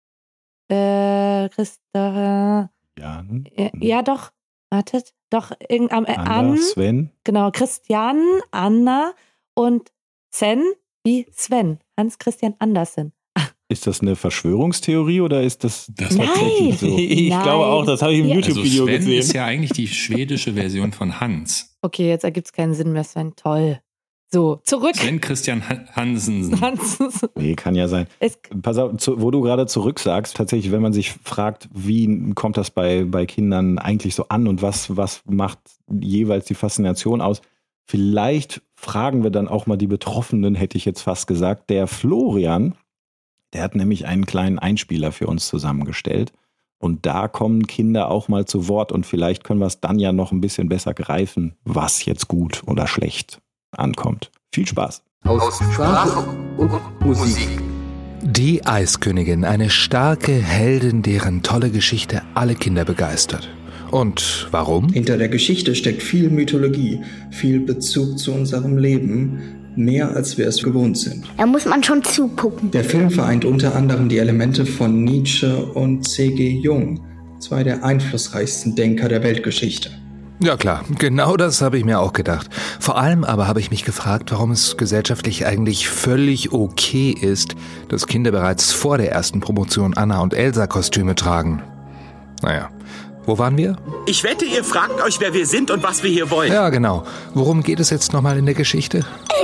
äh, Christoph, ja, äh, ja doch, wartet, doch, irgend, am, äh, Anna, an, Sven. Genau, Christian, Anna und Sven wie Sven, Hans Christian Andersen. Ist das eine Verschwörungstheorie oder ist das, das Nein. tatsächlich so? Ich Nein. glaube auch, das habe ich im Ja. YouTube-Video also Sven gesehen. ist ja eigentlich die schwedische Version von Hans. Okay, jetzt ergibt es keinen Sinn mehr, Sven. Toll. So, zurück. Sven Christian Hansen. Hansen. Nee, kann ja sein. Es, Pass auf, zu, wo du gerade zurück sagst, tatsächlich, wenn man sich fragt, wie kommt das bei, bei Kindern eigentlich so an und was, was macht jeweils die Faszination aus, vielleicht fragen wir dann auch mal die Betroffenen, hätte ich jetzt fast gesagt. Der Florian, der hat nämlich einen kleinen Einspieler für uns zusammengestellt. Und da kommen Kinder auch mal zu Wort und vielleicht können wir es dann ja noch ein bisschen besser greifen, was jetzt gut oder schlecht ankommt. Viel Spaß. Aus Sprache und Musik. Die Eiskönigin, eine starke Heldin, deren tolle Geschichte alle Kinder begeistert. Und warum? Hinter der Geschichte steckt viel Mythologie, viel Bezug zu unserem Leben, mehr als wir es gewohnt sind. Da muss man schon zugucken. Der Film vereint unter anderem die Elemente von Nietzsche und C G Jung, zwei der einflussreichsten Denker der Weltgeschichte. Ja klar, genau das habe ich mir auch gedacht. Vor allem aber habe ich mich gefragt, warum es gesellschaftlich eigentlich völlig okay ist, dass Kinder bereits vor der ersten Promotion Anna und Elsa Kostüme tragen. Naja, wo waren wir? Ich wette, ihr fragt euch, wer wir sind und was wir hier wollen. Ja, genau. Worum geht es jetzt nochmal in der Geschichte?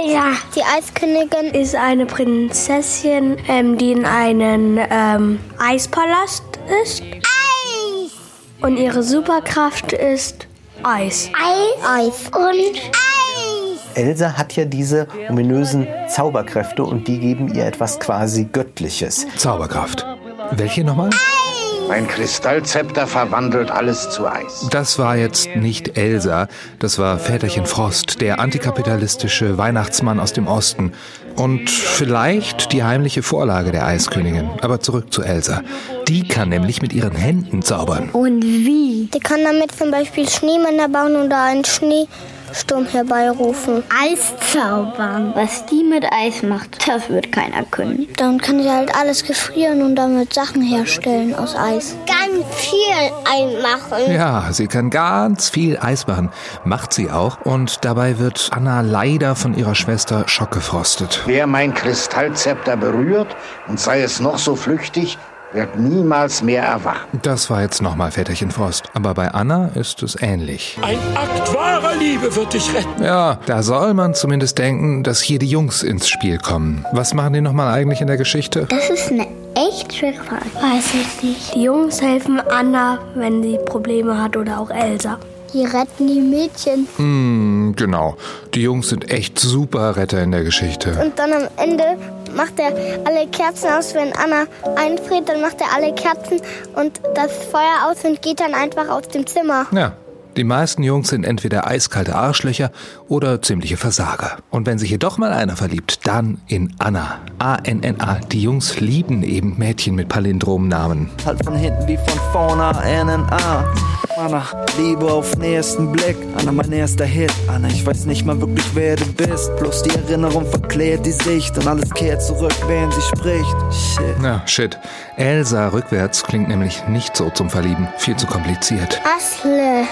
Elsa. Die Eiskönigin ist eine Prinzessin, ähm, die in einem ähm, Eispalast ist. Eis! Und ihre Superkraft ist Eis. Eis. Eis. Und Eis. Elsa hat ja diese ominösen Zauberkräfte und die geben ihr etwas quasi Göttliches. Zauberkraft. Welche nochmal? Mein Kristallzepter verwandelt alles zu Eis. Das war jetzt nicht Elsa, das war Väterchen Frost, der antikapitalistische Weihnachtsmann aus dem Osten. Und vielleicht die heimliche Vorlage der Eiskönigin. Aber zurück zu Elsa. Die kann nämlich mit ihren Händen zaubern. Und wie? Die kann damit zum Beispiel Schneemänner bauen oder einen Schneesturm herbeirufen. Eis zaubern. Was die mit Eis macht, das wird keiner können. Dann kann sie halt alles gefrieren und damit Sachen herstellen aus Eis. Ganz viel Eis machen. Ja, sie kann ganz viel Eis machen. Macht sie auch. Und dabei wird Anna leider von ihrer Schwester schockgefrostet. Wer mein Kristallzepter berührt, und sei es noch so flüchtig, wird niemals mehr erwachen. Das war jetzt nochmal Väterchen Frost. Aber bei Anna ist es ähnlich. Ein Akt wahrer Liebe wird dich retten. Ja, da soll man zumindest denken, dass hier die Jungs ins Spiel kommen. Was machen die nochmal eigentlich in der Geschichte? Das ist eine echt schwere Frage. Weiß ich nicht. Die Jungs helfen Anna, wenn sie Probleme hat, oder auch Elsa. Die retten die Mädchen. Hm, genau. Die Jungs sind echt super Retter in der Geschichte. Und dann am Ende macht er alle Kerzen aus. Wenn Anna einfriert, dann macht er alle Kerzen und das Feuer aus und geht dann einfach aus dem Zimmer. Ja. Die meisten Jungs sind entweder eiskalte Arschlöcher oder ziemliche Versager. Und wenn sich hier doch mal einer verliebt, dann in Anna. A N N A. Die Jungs lieben eben Mädchen mit Palindromnamen. Halt von hinten wie von vorne, A N N A. Anna, Liebe auf den ersten Blick. Anna, mein erster Hit. Anna, ich weiß nicht mal wirklich, wer du bist. Bloß die Erinnerung verklärt die Sicht und alles kehrt zurück, während sie spricht. Shit. Ja, shit. Elsa rückwärts klingt nämlich nicht so zum Verlieben. Viel zu kompliziert. Asle.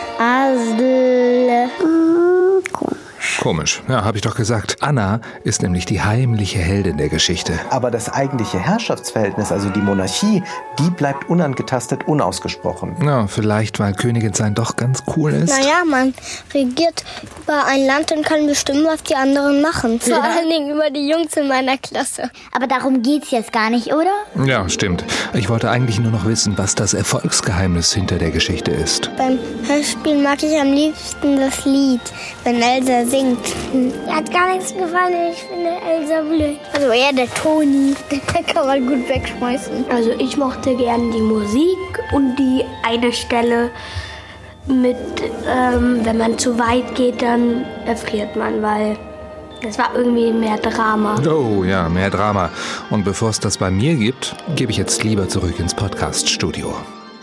Asle. Hm, komisch. Komisch. Ja, habe ich doch gesagt. Anna ist nämlich die heimliche Heldin der Geschichte. Aber das eigentliche Herrschaftsverhältnis, also die Monarchie, die bleibt unangetastet, unausgesprochen. Ja, vielleicht, weil Königin sein doch ganz cool ist. Naja, man regiert über ein Land und kann bestimmen, was die anderen machen. Vor allen Dingen über die Jungs in meiner Klasse. Aber darum geht's jetzt gar nicht, oder? Ja, stimmt. Ich wollte eigentlich nur noch wissen, was das Erfolgsgeheimnis hinter der Geschichte ist. Beim Hörspiel mag ich am liebsten das Lied, wenn Elsa singt. Mir hat gar nichts gefallen, ich finde Elsa blöd. Also eher der Toni, den kann man gut wegschmeißen. Also ich mochte gerne die Musik und die eine Stelle mit, ähm, wenn man zu weit geht, dann erfriert man, weil das war irgendwie mehr Drama. Oh ja, mehr Drama. Und bevor es das bei mir gibt, gebe ich jetzt lieber zurück ins Podcast-Studio.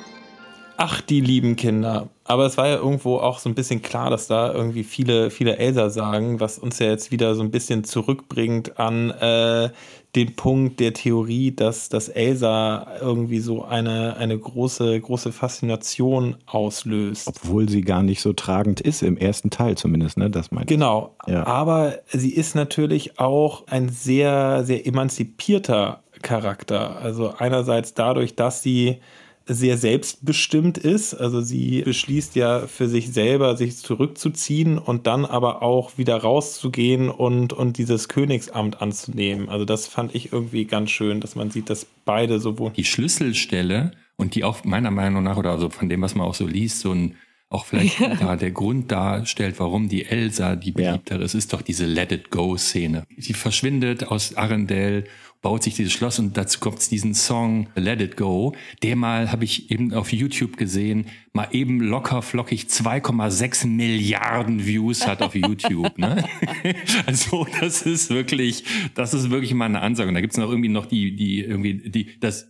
Ach, die lieben Kinder. Aber es war ja irgendwo auch so ein bisschen klar, dass da irgendwie viele, viele Elsa sagen, was uns ja jetzt wieder so ein bisschen zurückbringt an äh, den Punkt der Theorie, dass, dass Elsa irgendwie so eine, eine große, große Faszination auslöst. Obwohl sie gar nicht so tragend ist, im ersten Teil zumindest, ne? Das meint Genau. Ja. Aber sie ist natürlich auch ein sehr, sehr emanzipierter Charakter. Also einerseits dadurch, dass sie sehr selbstbestimmt ist. Also sie beschließt ja für sich selber, sich zurückzuziehen und dann aber auch wieder rauszugehen und, und dieses Königsamt anzunehmen. Also das fand ich irgendwie ganz schön, dass man sieht, dass beide sowohl... Die Schlüsselstelle und die auch meiner Meinung nach oder also von dem, was man auch so liest, so ein auch vielleicht ja. da der Grund darstellt, warum die Elsa die beliebtere ist, ist doch diese Let-It-Go-Szene. Sie verschwindet aus Arendelle, baut sich dieses Schloss und dazu kommt diesen Song Let It Go, der mal, habe ich eben auf YouTube gesehen, mal eben locker flockig zwei Komma sechs Milliarden Views hat auf YouTube. Ne? Also das ist wirklich, das ist wirklich mal eine Ansage. Und da gibt's noch irgendwie noch die, die irgendwie die das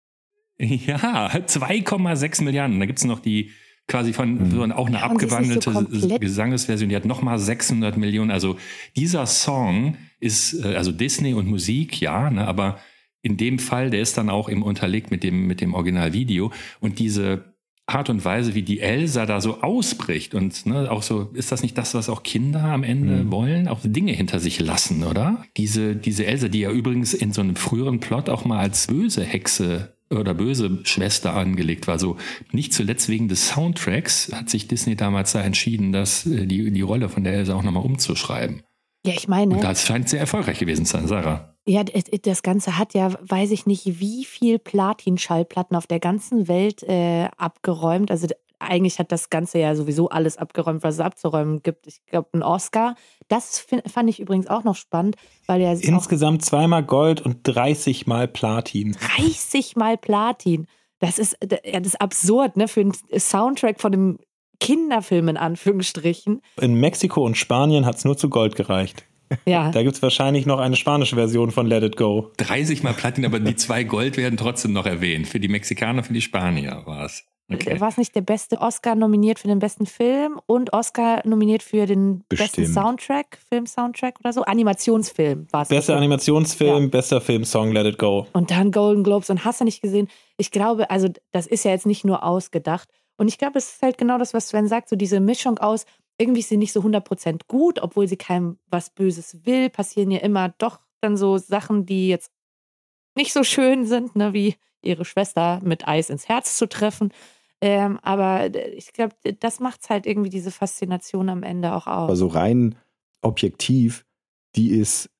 ja zwei Komma sechs Milliarden. Und da gibt's noch die quasi von so auch eine ja, abgewandelte so Gesangesversion, die hat nochmal sechshundert Millionen. Also dieser Song ist, also Disney und Musik, ja, ne, aber in dem Fall, der ist dann auch eben unterlegt mit dem, mit dem Originalvideo. Und diese Art und Weise, wie die Elsa da so ausbricht und ne, auch so, ist das nicht das, was auch Kinder am Ende mhm. wollen? Auch Dinge hinter sich lassen, oder? Diese, diese Elsa, die ja übrigens in so einem früheren Plot auch mal als böse Hexe oder böse Schwester angelegt war. So nicht zuletzt wegen des Soundtracks hat sich Disney damals da entschieden, dass die, die Rolle von der Elsa auch nochmal umzuschreiben. Ja, ich meine. Und das scheint sehr erfolgreich gewesen zu sein, Sarah. Ja, das Ganze hat ja, weiß ich nicht, wie viel Platin-Schallplatten auf der ganzen Welt äh, abgeräumt. Also eigentlich hat das Ganze ja sowieso alles abgeräumt, was es abzuräumen gibt. Ich glaube, einen Oscar. Das find, fand ich übrigens auch noch spannend, weil er insgesamt zweimal Gold und dreißig Mal Platin. dreißig Mal Platin. Das ist, ja, das ist absurd, ne? Für einen Soundtrack von einem Kinderfilm in Anführungsstrichen. In Mexiko und Spanien hat es nur zu Gold gereicht. Ja. Da gibt es wahrscheinlich noch eine spanische Version von Let It Go. dreißig Mal Platin, aber die zwei Gold werden trotzdem noch erwähnt. Für die Mexikaner, für die Spanier war es. Okay. War es nicht der beste Oscar nominiert für den besten Film und Oscar nominiert für den Bestimmt. besten Soundtrack, Film-Soundtrack oder so? Animationsfilm war es. Bester Animationsfilm, ja. bester Filmsong, Let It Go. Und dann Golden Globes und hast du nicht gesehen? Ich glaube, also das ist ja jetzt nicht nur ausgedacht. Und ich glaube, es ist halt genau das, was Sven sagt, so diese Mischung aus, irgendwie ist sie nicht so hundert Prozent gut, obwohl sie keinem was Böses will, passieren ja immer doch dann so Sachen, die jetzt nicht so schön sind, ne, wie ihre Schwester mit Eis ins Herz zu treffen. Ähm, aber ich glaube, das macht es halt irgendwie diese Faszination am Ende auch aus. Also rein objektiv, die ist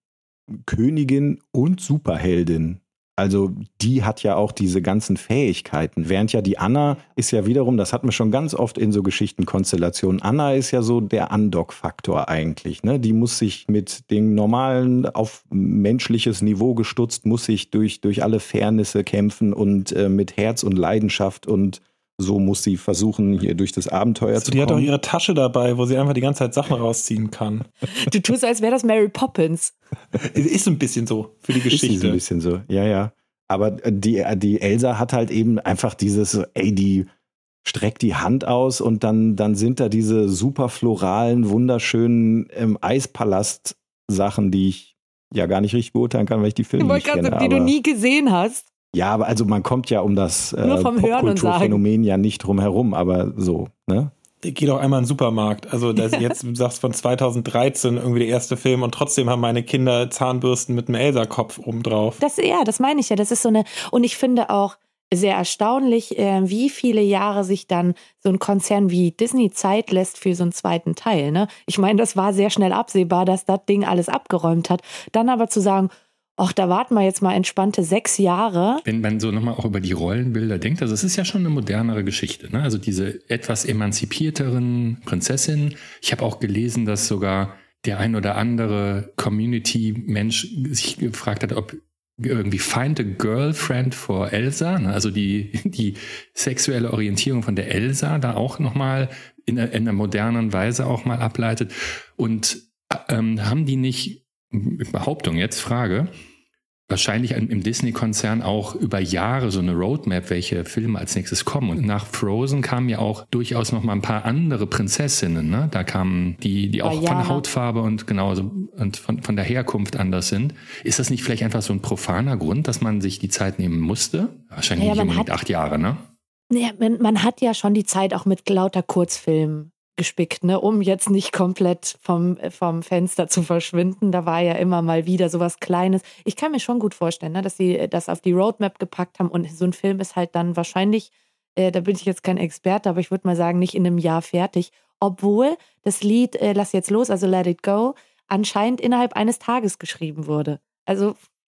Königin und Superheldin. Also die hat ja auch diese ganzen Fähigkeiten. Während ja die Anna ist ja wiederum, das hatten wir schon ganz oft in so Geschichtenkonstellationen, Anna ist ja so der Undock-Faktor eigentlich. Ne? Die muss sich mit dem normalen, auf menschliches Niveau gestutzt, muss sich durch, durch alle Fairnisse kämpfen und äh, mit Herz und Leidenschaft und so muss sie versuchen, hier durch das Abenteuer also zu die kommen. Die hat auch ihre Tasche dabei, wo sie einfach die ganze Zeit Sachen rausziehen kann. Du tust, als wäre das Mary Poppins. Ist ein bisschen so für die Geschichte. Ist ein bisschen so, ja, ja. Aber die, die Elsa hat halt eben einfach dieses, ey, die streckt die Hand aus und dann, dann sind da diese super floralen, wunderschönen ähm, Eispalast-Sachen, die ich ja gar nicht richtig beurteilen kann, weil ich die Filme nicht kenne. Die du nie gesehen hast. Ja, aber also man kommt ja um das äh, Popkulturphänomen ja nicht drum herum, aber so, ne? Geh doch einmal in den Supermarkt. Also das jetzt, du sagst von zweitausenddreizehn irgendwie der erste Film und trotzdem haben meine Kinder Zahnbürsten mit einem Elsa-Kopf oben drauf. Das, ja, das meine ich ja. Das ist so eine, und ich finde auch sehr erstaunlich, äh, wie viele Jahre sich dann so ein Konzern wie Disney Zeit lässt für so einen zweiten Teil. Ne? Ich meine, das war sehr schnell absehbar, dass das Ding alles abgeräumt hat. Dann aber zu sagen, ach, da warten wir jetzt mal entspannte sechs Jahre. Wenn man so nochmal auch über die Rollenbilder denkt, also es ist ja schon eine modernere Geschichte, ne? Also diese etwas emanzipierteren Prinzessinnen. Ich habe auch gelesen, dass sogar der ein oder andere Community-Mensch sich gefragt hat, ob irgendwie find a girlfriend for Elsa, ne? Also die, die sexuelle Orientierung von der Elsa da auch nochmal in, in einer modernen Weise auch mal ableitet. Und ähm, haben die nicht, Behauptung jetzt, Frage, wahrscheinlich im Disney-Konzern auch über Jahre so eine Roadmap, welche Filme als nächstes kommen. Und nach Frozen kamen ja auch durchaus noch mal ein paar andere Prinzessinnen. Ne? Da kamen die, die auch von der Hautfarbe und genauso und von, von der Herkunft anders sind. Ist das nicht vielleicht einfach so ein profaner Grund, dass man sich die Zeit nehmen musste? Wahrscheinlich ja, nicht unbedingt acht Jahre, ne? Ja, man, man hat ja schon die Zeit auch mit lauter Kurzfilmen gespickt, ne, um jetzt nicht komplett vom, vom Fenster zu verschwinden. Da war ja immer mal wieder sowas Kleines. Ich kann mir schon gut vorstellen, ne, dass sie das auf die Roadmap gepackt haben und so ein Film ist halt dann wahrscheinlich, äh, da bin ich jetzt kein Experte, aber ich würde mal sagen, nicht in einem Jahr fertig. Obwohl das Lied äh, Lass jetzt los, also Let It Go, anscheinend innerhalb eines Tages geschrieben wurde. Also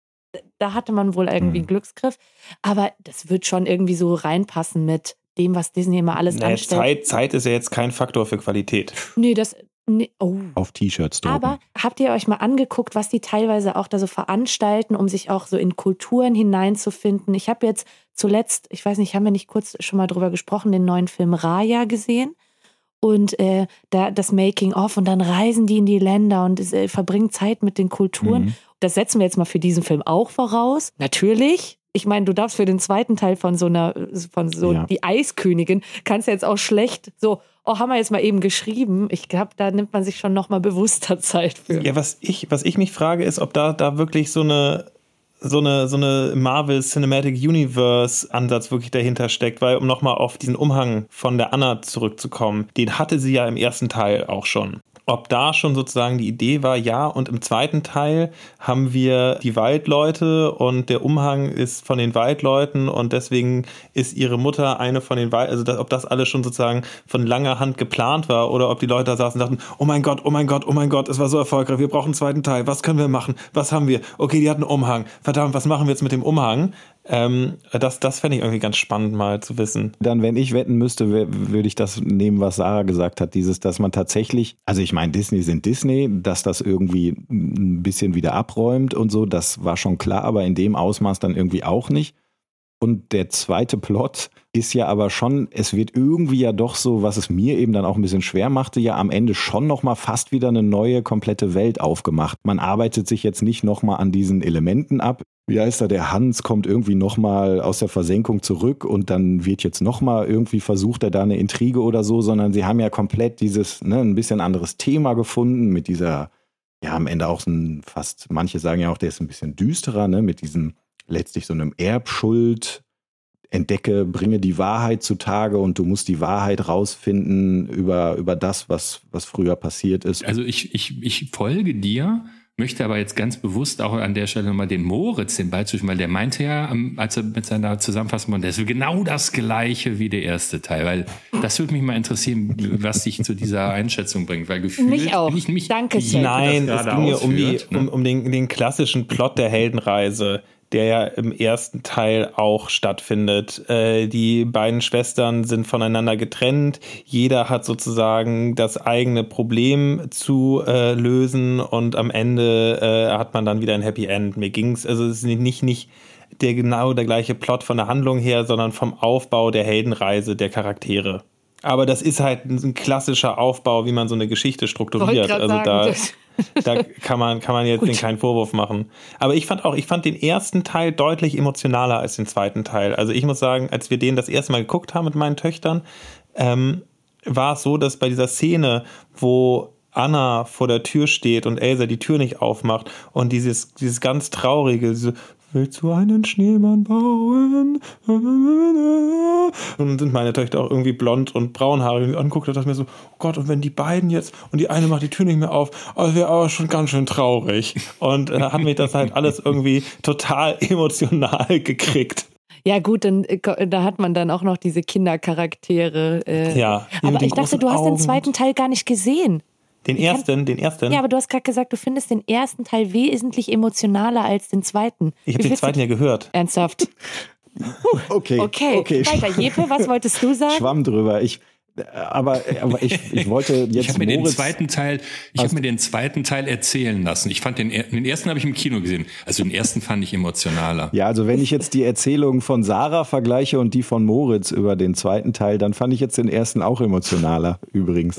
da hatte man wohl irgendwie einen Glücksgriff. Aber das wird schon irgendwie so reinpassen mit dem, was Disney immer alles naja, anstellt. Zeit, Zeit ist ja jetzt kein Faktor für Qualität. Nee, das... Nee, oh. Auf T-Shirts drucken. Aber habt ihr euch mal angeguckt, was die teilweise auch da so veranstalten, um sich auch so in Kulturen hineinzufinden? Ich habe jetzt zuletzt, ich weiß nicht, haben wir nicht kurz schon mal drüber gesprochen, den neuen Film Raya gesehen? Und äh, da das Making-of und dann reisen die in die Länder und äh, verbringen Zeit mit den Kulturen. Mhm. Das setzen wir jetzt mal für diesen Film auch voraus. Natürlich. Ich meine, du darfst für den zweiten Teil von so einer, von so ja. die Eiskönigin, kannst ja jetzt auch schlecht so, oh, haben wir jetzt mal eben geschrieben. Ich glaube, da nimmt man sich schon noch mal bewusster Zeit für. Ja, was ich, was ich mich frage, ist, ob da, da wirklich so eine, so eine, so eine Marvel Cinematic Universe Ansatz wirklich dahinter steckt, weil um nochmal auf diesen Umhang von der Anna zurückzukommen, den hatte sie ja im ersten Teil auch schon. Ob da schon sozusagen die Idee war, ja, und im zweiten Teil haben wir die Waldleute und der Umhang ist von den Waldleuten und deswegen ist ihre Mutter eine von den Wald, also das, ob das alles schon sozusagen von langer Hand geplant war oder ob die Leute da saßen und dachten, oh mein Gott, oh mein Gott, oh mein Gott, es war so erfolgreich, wir brauchen einen zweiten Teil, was können wir machen, was haben wir, okay, die hat einen Umhang, verdammt, was machen wir jetzt mit dem Umhang? Ähm, das das fände ich irgendwie ganz spannend mal zu wissen. Dann, wenn ich wetten müsste, würde ich das nehmen, was Sarah gesagt hat, dieses, dass man tatsächlich, also ich meine, Disney sind Disney, dass das irgendwie ein bisschen wieder abräumt und so, das war schon klar, aber in dem Ausmaß dann irgendwie auch nicht. Und der zweite Plot ist ja aber schon, es wird irgendwie ja doch so, was es mir eben dann auch ein bisschen schwer machte, ja am Ende schon nochmal fast wieder eine neue, komplette Welt aufgemacht. Man arbeitet sich jetzt nicht nochmal an diesen Elementen ab. Wie heißt er, der Hans kommt irgendwie nochmal aus der Versenkung zurück und dann wird jetzt nochmal irgendwie versucht, er da eine Intrige oder so, sondern sie haben ja komplett dieses, ne, ein bisschen anderes Thema gefunden mit dieser, ja am Ende auch so ein fast, manche sagen ja auch, der ist ein bisschen düsterer, ne, mit diesem letztlich so einem Erbschuld, entdecke, bringe die Wahrheit zutage und du musst die Wahrheit rausfinden über, über das, was, was früher passiert ist. Also ich, ich, ich folge dir, möchte aber jetzt ganz bewusst auch an der Stelle nochmal den Moritz den Ball zwischen, weil der meinte ja, als er mit seiner Zusammenfassung, der ist genau das Gleiche wie der erste Teil, weil das würde mich mal interessieren, was dich zu dieser Einschätzung bringt, weil gefühlt mich auch. bin ich nämlich Danke schön. Nein, es ging mir um, die, ne? um, um den, den klassischen Plot der Heldenreise, der ja im ersten Teil auch stattfindet. Äh, die beiden Schwestern sind voneinander getrennt. Jeder hat sozusagen das eigene Problem zu äh, lösen und am Ende äh, hat man dann wieder ein Happy End. Mir ging's, also es ist nicht, nicht der genau der gleiche Plot von der Handlung her, sondern vom Aufbau der Heldenreise der Charaktere. Aber das ist halt ein klassischer Aufbau, wie man so eine Geschichte strukturiert. Also sagen, da, das da kann man, kann man jetzt den keinen Vorwurf machen. Aber ich fand auch, ich fand den ersten Teil deutlich emotionaler als den zweiten Teil. Also ich muss sagen, als wir den das erste Mal geguckt haben mit meinen Töchtern, ähm, war es so, dass bei dieser Szene, wo Anna vor der Tür steht und Elsa die Tür nicht aufmacht und dieses, dieses ganz traurige, diese, willst du einen Schneemann bauen? Und dann sind meine Töchter auch irgendwie blond und braunhaarig und anguckt und dachte mir so, oh Gott, und wenn die beiden jetzt, und die eine macht die Tür nicht mehr auf, oh, das wäre aber schon ganz schön traurig. Und da äh, hat mich das halt alles irgendwie total emotional gekriegt. Ja gut, dann, da hat man dann auch noch diese Kindercharaktere. Äh. Ja. Aber ich dachte, du hast Augen. den zweiten Teil gar nicht gesehen. Den ersten, den ersten? Ja, aber du hast gerade gesagt, du findest den ersten Teil wesentlich emotionaler als den zweiten. Ich habe den zweiten ja gehört. Ernsthaft? Okay, okay. okay. Weiter, Jeppe, was wolltest du sagen? Schwamm drüber. Ich, aber, aber ich, ich wollte jetzt Ich habe mir den Moritz zweiten Teil, ich habe mir den zweiten Teil erzählen lassen. Ich fand den, den ersten habe ich im Kino gesehen. Also den ersten fand ich emotionaler. Ja, also wenn ich jetzt die Erzählung von Sarah vergleiche und die von Moritz über den zweiten Teil, dann fand ich jetzt den ersten auch emotionaler, übrigens.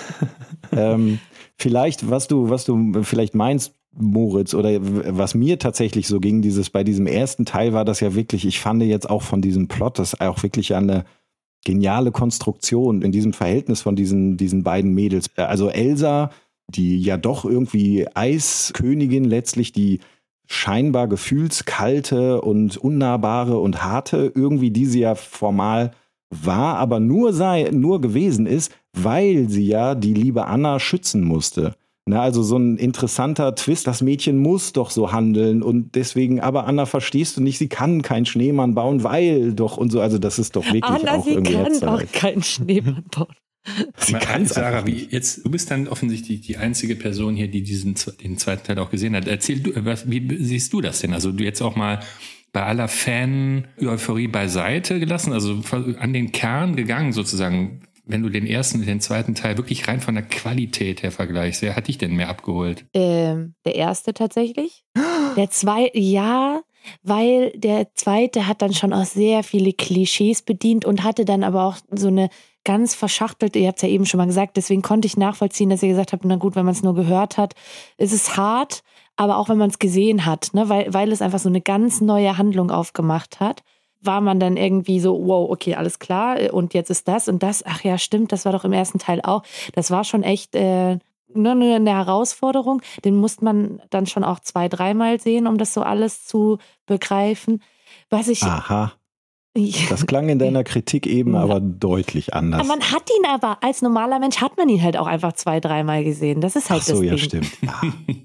ähm, vielleicht, was du, was du vielleicht meinst, Moritz, oder was mir tatsächlich so ging, dieses, bei diesem ersten Teil war das ja wirklich, ich fand jetzt auch von diesem Plot, das auch wirklich eine geniale Konstruktion in diesem Verhältnis von diesen, diesen beiden Mädels. Also Elsa, die ja doch irgendwie Eiskönigin letztlich, die scheinbar gefühlskalte und unnahbare und harte, irgendwie die sie ja formal war, aber nur sei, nur gewesen ist, weil sie ja die liebe Anna schützen musste. Na, also so ein interessanter Twist, das Mädchen muss doch so handeln und deswegen, aber Anna, verstehst du nicht, sie kann keinen Schneemann bauen, weil doch und so, also das ist doch wirklich Anna, auch sie irgendwie kann herzerreißend. doch keinen Schneemann bauen. Sie Mal kann's Sarah, einfach wie jetzt, du bist dann offensichtlich die einzige Person hier, die diesen den zweiten Teil auch gesehen hat. Erzähl du, was, wie siehst du das denn? Also du jetzt auch mal bei aller Fan-Euphorie beiseite gelassen, also an den Kern gegangen sozusagen. Wenn du den ersten und den zweiten Teil wirklich rein von der Qualität her vergleichst, wer hat dich denn mehr abgeholt? Ähm, der erste tatsächlich. Der zweite, ja, weil der zweite hat dann schon auch sehr viele Klischees bedient und hatte dann aber auch so eine ganz verschachtelte, ihr habt es ja eben schon mal gesagt, deswegen konnte ich nachvollziehen, dass ihr gesagt habt, na gut, wenn man es nur gehört hat, ist es hart, aber auch wenn man es gesehen hat, ne, weil, weil es einfach so eine ganz neue Handlung aufgemacht hat, war man dann irgendwie so, wow, okay, alles klar und jetzt ist das und das, ach ja, stimmt, das war doch im ersten Teil auch. Das war schon echt äh, ne, eine Herausforderung. Den muss man dann schon auch zwei, dreimal sehen, um das so alles zu begreifen. Was ich... Aha. Das klang in deiner Kritik eben ja. aber deutlich anders. Aber man hat ihn aber, als normaler Mensch hat man ihn halt auch einfach zwei, dreimal gesehen. Das ist halt Ach so, das ja, Ding. stimmt. Ja.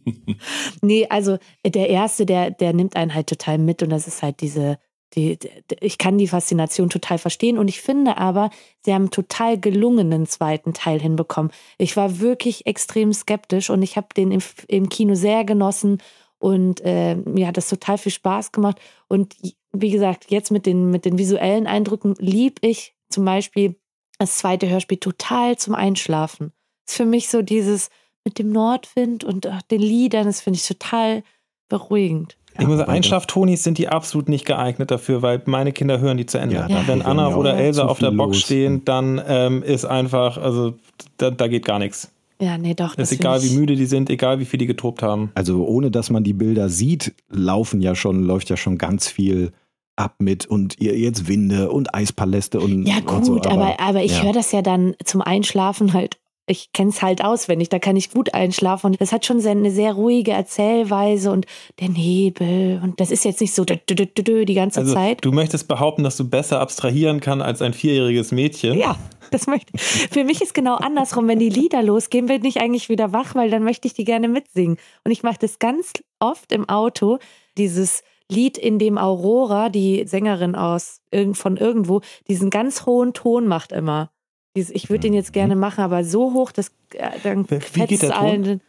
Nee, also der Erste, der, der nimmt einen halt total mit und das ist halt diese, die, die, ich kann die Faszination total verstehen und ich finde aber, sie haben einen total gelungenen zweiten Teil hinbekommen. Ich war wirklich extrem skeptisch und ich habe den im, im Kino sehr genossen und äh, mir hat das total viel Spaß gemacht und wie gesagt, jetzt mit den, mit den visuellen Eindrücken lieb ich zum Beispiel das zweite Hörspiel total zum Einschlafen. Das ist für mich so dieses mit dem Nordwind und ach, den Liedern, das finde ich total beruhigend. Ich muss sagen, Einschlaftonis sind die absolut nicht geeignet dafür, weil meine Kinder hören die zu Ende. Ja, ja. Wenn Anna oder Elsa auf der Box los. stehen, dann ähm, ist einfach, also da, da geht gar nichts. Ja, nee, doch. Das ist egal, wie müde die sind, egal, wie viel die getobt haben. Also ohne, dass man die Bilder sieht, laufen ja schon, läuft ja schon ganz viel ab mit und ihr jetzt Winde und Eispaläste und ja gut, und so, aber, aber, aber ich ja. höre das ja dann zum Einschlafen halt, ich kenne es halt auswendig, da kann ich gut einschlafen und das hat schon eine sehr ruhige Erzählweise und der Nebel und das ist jetzt nicht so dü, dü, dü, dü, die ganze also, Zeit. Du möchtest behaupten, dass du besser abstrahieren kannst als ein vierjähriges Mädchen? Ja, das möchte ich. Für mich ist genau andersrum, wenn die Lieder losgehen, bin ich eigentlich wieder wach, weil dann möchte ich die gerne mitsingen und ich mache das ganz oft im Auto, dieses Lied, in dem Aurora, die Sängerin aus von irgendwo, diesen ganz hohen Ton macht immer. Ich würde den jetzt gerne machen, aber so hoch, dass dann fetzt allen.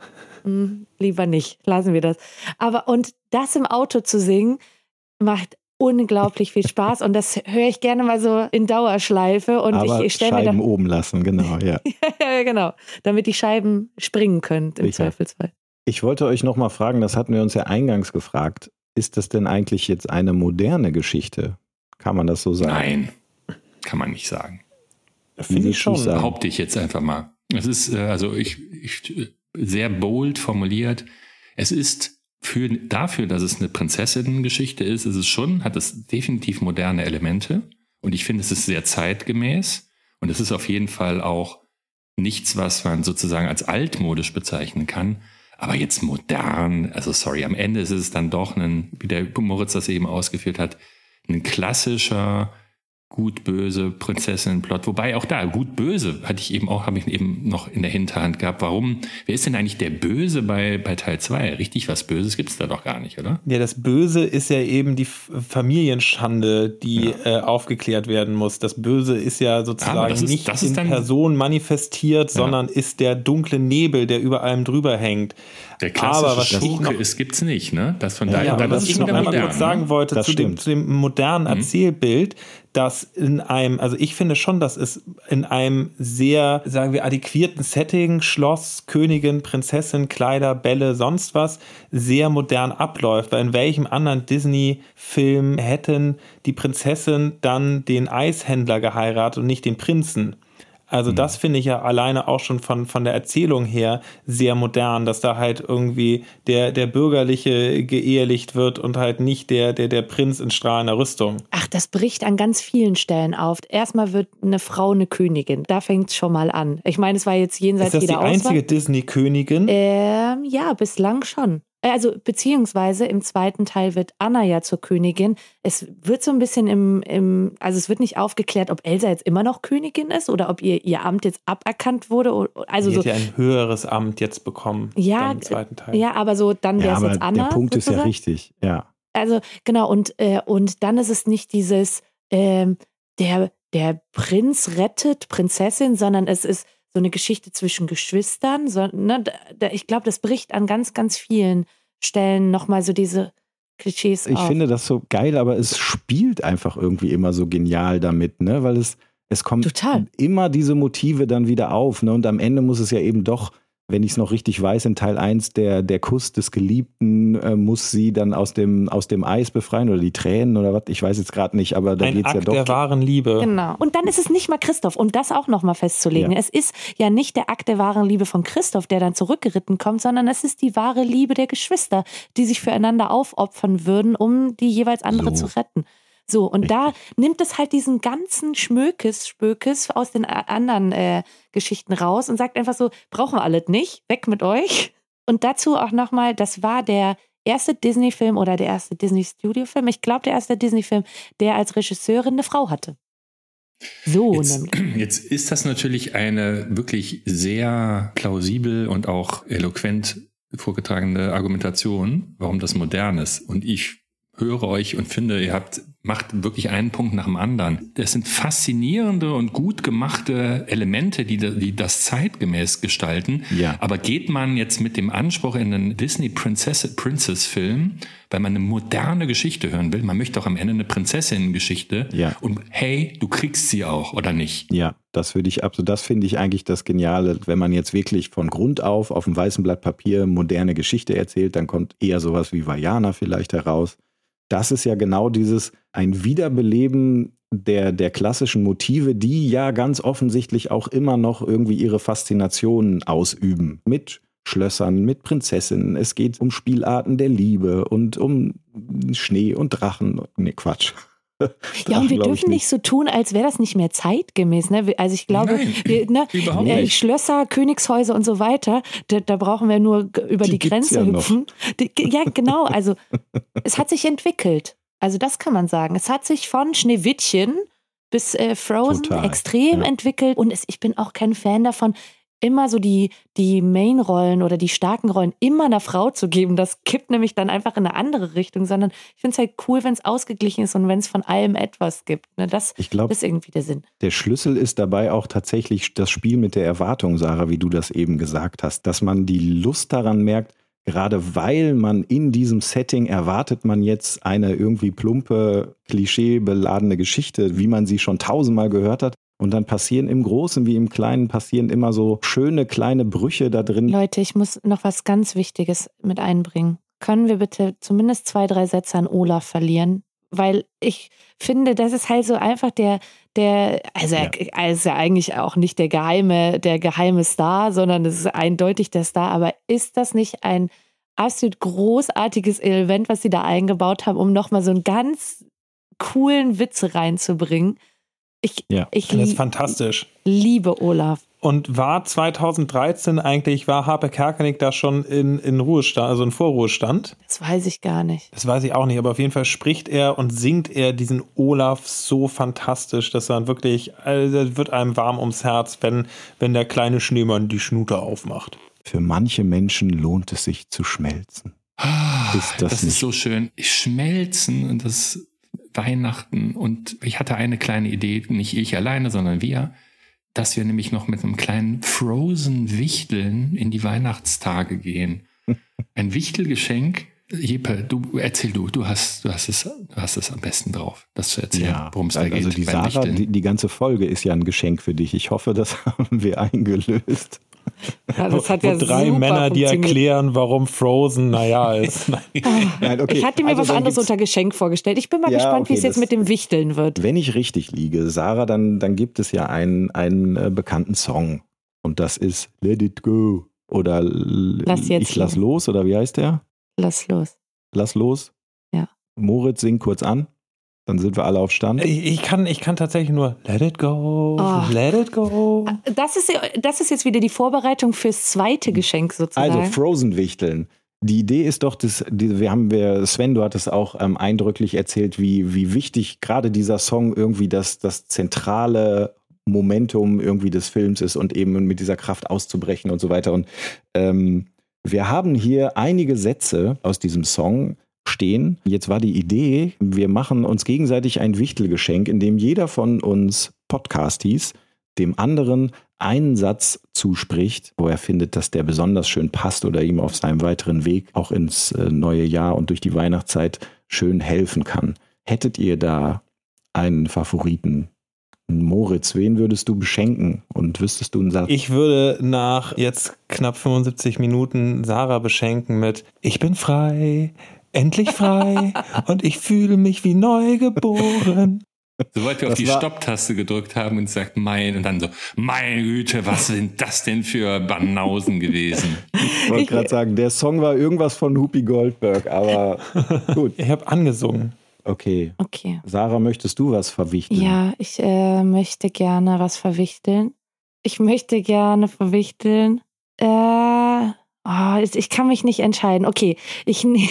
Hm, lieber nicht, lassen wir das. Aber und das im Auto zu singen, macht unglaublich viel Spaß und das höre ich gerne mal so in Dauerschleife. Und aber ich, ich stelle Scheiben mir dann, oben lassen, genau, ja. ja, genau, damit die Scheiben springen können im Sicher. Zweifelsfall. Ich wollte euch noch mal fragen, das hatten wir uns ja eingangs gefragt, ist das denn eigentlich jetzt eine moderne Geschichte? Kann man das so sagen? Nein, kann man nicht sagen. Finde ich schon. Behaupte ich jetzt einfach mal. Es ist, also ich, ich sehr bold formuliert. Es ist für, dafür, dass es eine Prinzessinnen-Geschichte ist, ist es schon, hat es definitiv moderne Elemente. Und ich finde, es ist sehr zeitgemäß. Und es ist auf jeden Fall auch nichts, was man sozusagen als altmodisch bezeichnen kann. Aber jetzt modern, also sorry, am Ende ist es dann doch ein, wie der Moritz das eben ausgeführt hat, ein klassischer gut-böse Prinzessinnen-Plot. Wobei auch da, gut-böse hatte ich eben auch, habe ich eben noch in der Hinterhand gehabt. Warum? Wer ist denn eigentlich der Böse bei, bei Teil zwei? Richtig was Böses gibt es da doch gar nicht, oder? Ja, das Böse ist ja eben die Familienschande, die ja. äh, aufgeklärt werden muss. Das Böse ist ja sozusagen ist, nicht in Person manifestiert, ja. sondern ist der dunkle Nebel, der über allem drüber hängt. Der klassische Aber was Schurke gibt es nicht, ne? Das von ja, daher. ja, das was ist ich noch einmal modern, kurz sagen ne? wollte zu dem, zu dem modernen mhm. Erzählbild, dass in einem, also ich finde schon, dass es in einem sehr, sagen wir, adäquierten Setting, Schloss, Königin, Prinzessin, Kleider, Bälle, sonst was, sehr modern abläuft. Weil in welchem anderen Disney-Film hätten die Prinzessin dann den Eishändler geheiratet und nicht den Prinzen? Also das finde ich ja alleine auch schon von, von der Erzählung her sehr modern, dass da halt irgendwie der, der Bürgerliche geehelicht wird und halt nicht der, der, der Prinz in strahlender Rüstung. Ach, das bricht an ganz vielen Stellen auf. Erstmal wird eine Frau eine Königin. Da fängt es schon mal an. Ich meine, es war jetzt jenseits jeder Auswahl. Ist das die einzige Disney-Königin? Ähm, ja, bislang schon. Also beziehungsweise im zweiten Teil wird Anna ja zur Königin. Es wird so ein bisschen im, im, also es wird nicht aufgeklärt, ob Elsa jetzt immer noch Königin ist oder ob ihr, ihr Amt jetzt aberkannt wurde. Also Sie so, hat ja ein höheres Amt jetzt bekommen ja, im zweiten Teil. Ja, aber so dann wäre es ja, jetzt Anna. Der Punkt sozusagen. ist ja richtig, ja. Also genau, und, äh, und dann ist es nicht dieses, ähm, der, der Prinz rettet Prinzessin, sondern es ist so eine Geschichte zwischen Geschwistern. So, ne, da, ich glaube, das bricht an ganz, ganz vielen Stellen nochmal so diese Klischees ich auf. Ich finde das so geil, aber es spielt einfach irgendwie immer so genial damit, ne? Weil es, es kommen Total. immer diese Motive dann wieder auf, ne? Und am Ende muss es ja eben doch, wenn ich es noch richtig weiß, in Teil eins, der, der Kuss des Geliebten äh, muss sie dann aus dem, aus dem Eis befreien oder die Tränen oder was, ich weiß jetzt gerade nicht, aber da Ein geht's Akt ja doch. der wahren Liebe. Genau. Und dann ist es nicht mal Christoph, um das auch nochmal festzulegen. Ja. Es ist ja nicht der Akt der wahren Liebe von Christoph, der dann zurückgeritten kommt, sondern es ist die wahre Liebe der Geschwister, die sich füreinander aufopfern würden, um die jeweils andere So. zu retten. So, und da nimmt es halt diesen ganzen Schmökes, Spökes aus den anderen äh, Geschichten raus und sagt einfach so, brauchen wir alles nicht, weg mit euch. Und dazu auch nochmal, das war der erste Disney-Film oder der erste Disney-Studio-Film, ich glaube der erste Disney-Film, der als Regisseurin eine Frau hatte. So jetzt, nämlich. Jetzt ist das natürlich eine wirklich sehr plausibel und auch eloquent vorgetragene Argumentation, warum das modern ist. Und ich höre euch und finde, ihr habt macht wirklich einen Punkt nach dem anderen. Das sind faszinierende und gut gemachte Elemente, die, die das zeitgemäß gestalten. Ja. Aber geht man jetzt mit dem Anspruch in einen Disney Princess, Princess Film, weil man eine moderne Geschichte hören will, man möchte auch am Ende eine Prinzessinnen-Geschichte. Ja. Und hey, du kriegst sie auch, oder nicht? Ja, das würde ich absolut, das finde ich eigentlich das Geniale, wenn man jetzt wirklich von Grund auf auf einem weißen Blatt Papier moderne Geschichte erzählt, dann kommt eher sowas wie Vaiana vielleicht heraus. Das ist ja genau dieses, ein Wiederbeleben der, der klassischen Motive, die ja ganz offensichtlich auch immer noch irgendwie ihre Faszinationen ausüben. Mit Schlössern, mit Prinzessinnen. Es geht um Spielarten der Liebe und um Schnee und Drachen. Nee, Quatsch. Ja, und wir dürfen nicht so tun, als wäre das nicht mehr zeitgemäß. Ne? Also ich glaube, Nein, wir, ne, überhaupt äh, nicht. Schlösser, Königshäuser und so weiter, da, da brauchen wir nur g- über die, Die gibt's Grenze ja noch. hüpfen. Die, ja, genau. Also es hat sich entwickelt. Also das kann man sagen. Es hat sich von Schneewittchen bis äh, Frozen Total, extrem ja. entwickelt. Und es, ich bin auch kein Fan davon, immer so die, die Main-Rollen oder die starken Rollen immer einer Frau zu geben. Das kippt nämlich dann einfach in eine andere Richtung, sondern ich finde es halt cool, wenn es ausgeglichen ist und wenn es von allem etwas gibt. Ne, das, Ich glaub, das ist irgendwie der Sinn. Der Schlüssel ist dabei auch tatsächlich das Spiel mit der Erwartung, Sarah, wie du das eben gesagt hast, dass man die Lust daran merkt, gerade weil man in diesem Setting erwartet man jetzt eine irgendwie plumpe, klischeebeladene Geschichte, wie man sie schon tausendmal gehört hat. Und dann passieren im Großen wie im Kleinen passieren immer so schöne kleine Brüche da drin. Leute, ich muss noch was ganz Wichtiges mit einbringen. Können wir bitte zumindest zwei, drei Sätze an Olaf verlieren? Weil ich finde, das ist halt so einfach der, der, also er, er ist ja eigentlich auch nicht der geheime, der geheime Star, sondern es ist eindeutig der Star. Aber ist das nicht ein absolut großartiges Element, was sie da eingebaut haben, um nochmal so einen ganz coolen Witz reinzubringen? Ich, Ja. ich Das ist lie- fantastisch. liebe Olaf. Und war zweitausenddreizehn eigentlich, war Harpe Kerkeling da schon in, in Ruhestand, also in Vorruhestand? Das weiß ich gar nicht. Das weiß ich auch nicht, aber auf jeden Fall spricht er und singt er diesen Olaf so fantastisch, dass er wirklich, also wird einem warm ums Herz, wenn, wenn der kleine Schneemann die Schnute aufmacht. Für manche Menschen lohnt es sich zu schmelzen. Ist das Das nicht? ist so schön. Schmelzen und das Weihnachten. Und ich hatte eine kleine Idee, nicht ich alleine, sondern wir, dass wir nämlich noch mit einem kleinen Frozen-Wichteln in die Weihnachtstage gehen. Ein Wichtelgeschenk. Jeppe, du erzähl du, du hast, du hast es, du hast es am besten drauf, das zu erzählen, Ja, worum es da geht. also die beim Sarah, Wichteln. die, die ganze Folge ist ja ein Geschenk für dich. Ich hoffe, das haben wir eingelöst. Ja, das hat Wo ja drei super Männer, die funktioniert. erklären, warum Frozen, naja, ist. Nein, okay. Ich hatte mir Also was dann anderes gibt's- unter Geschenk vorgestellt. Ich bin mal Ja, gespannt, okay, wie es jetzt das- mit dem Wichteln wird. Wenn ich richtig liege, Sarah, dann, dann gibt es ja einen, einen äh, bekannten Song. Und das ist Let It Go. Oder L- Lass jetzt Ich lass los. los. Oder wie heißt der? Lass los. Lass los. Ja. Moritz, sing kurz an. Dann sind wir alle auf Stand. Ich, ich, kann, ich kann tatsächlich nur Let it go, Oh. let it go. Das ist, das ist jetzt wieder die Vorbereitung fürs zweite Geschenk sozusagen. Also Frozen-Wichteln. Die Idee ist doch, dass die, wir haben, wir, Sven, du hattest auch ähm, eindrücklich erzählt, wie, wie wichtig gerade dieser Song irgendwie das, das zentrale Momentum irgendwie des Films ist und eben mit dieser Kraft auszubrechen und so weiter. Und ähm, wir haben hier einige Sätze aus diesem Song stehen. Jetzt war die Idee, wir machen uns gegenseitig ein Wichtelgeschenk, in dem jeder von uns Podcasties dem anderen einen Satz zuspricht, wo er findet, dass der besonders schön passt oder ihm auf seinem weiteren Weg auch ins äh, neue Jahr und durch die Weihnachtszeit schön helfen kann. Hättet ihr da einen Favoriten? Moritz, wen würdest du beschenken und wüsstest du einen Satz? Ich würde nach jetzt knapp fünfundsiebzig Minuten Sarah beschenken mit Ich bin frei, endlich frei und ich fühle mich wie neu geboren. Sobald wir Das auf die war- Stopptaste gedrückt haben und sagt mein und dann so, meine Güte, was sind das denn für Banausen gewesen? Ich wollte gerade sagen, der Song war irgendwas von Whoopi Goldberg, aber gut. Ich habe angesungen. Okay. Okay. Sarah, möchtest du was verwichteln? Ja, ich äh, möchte gerne was verwichteln. Ich möchte gerne verwichteln. Äh, oh, ich kann mich nicht entscheiden. Okay, ich, ne-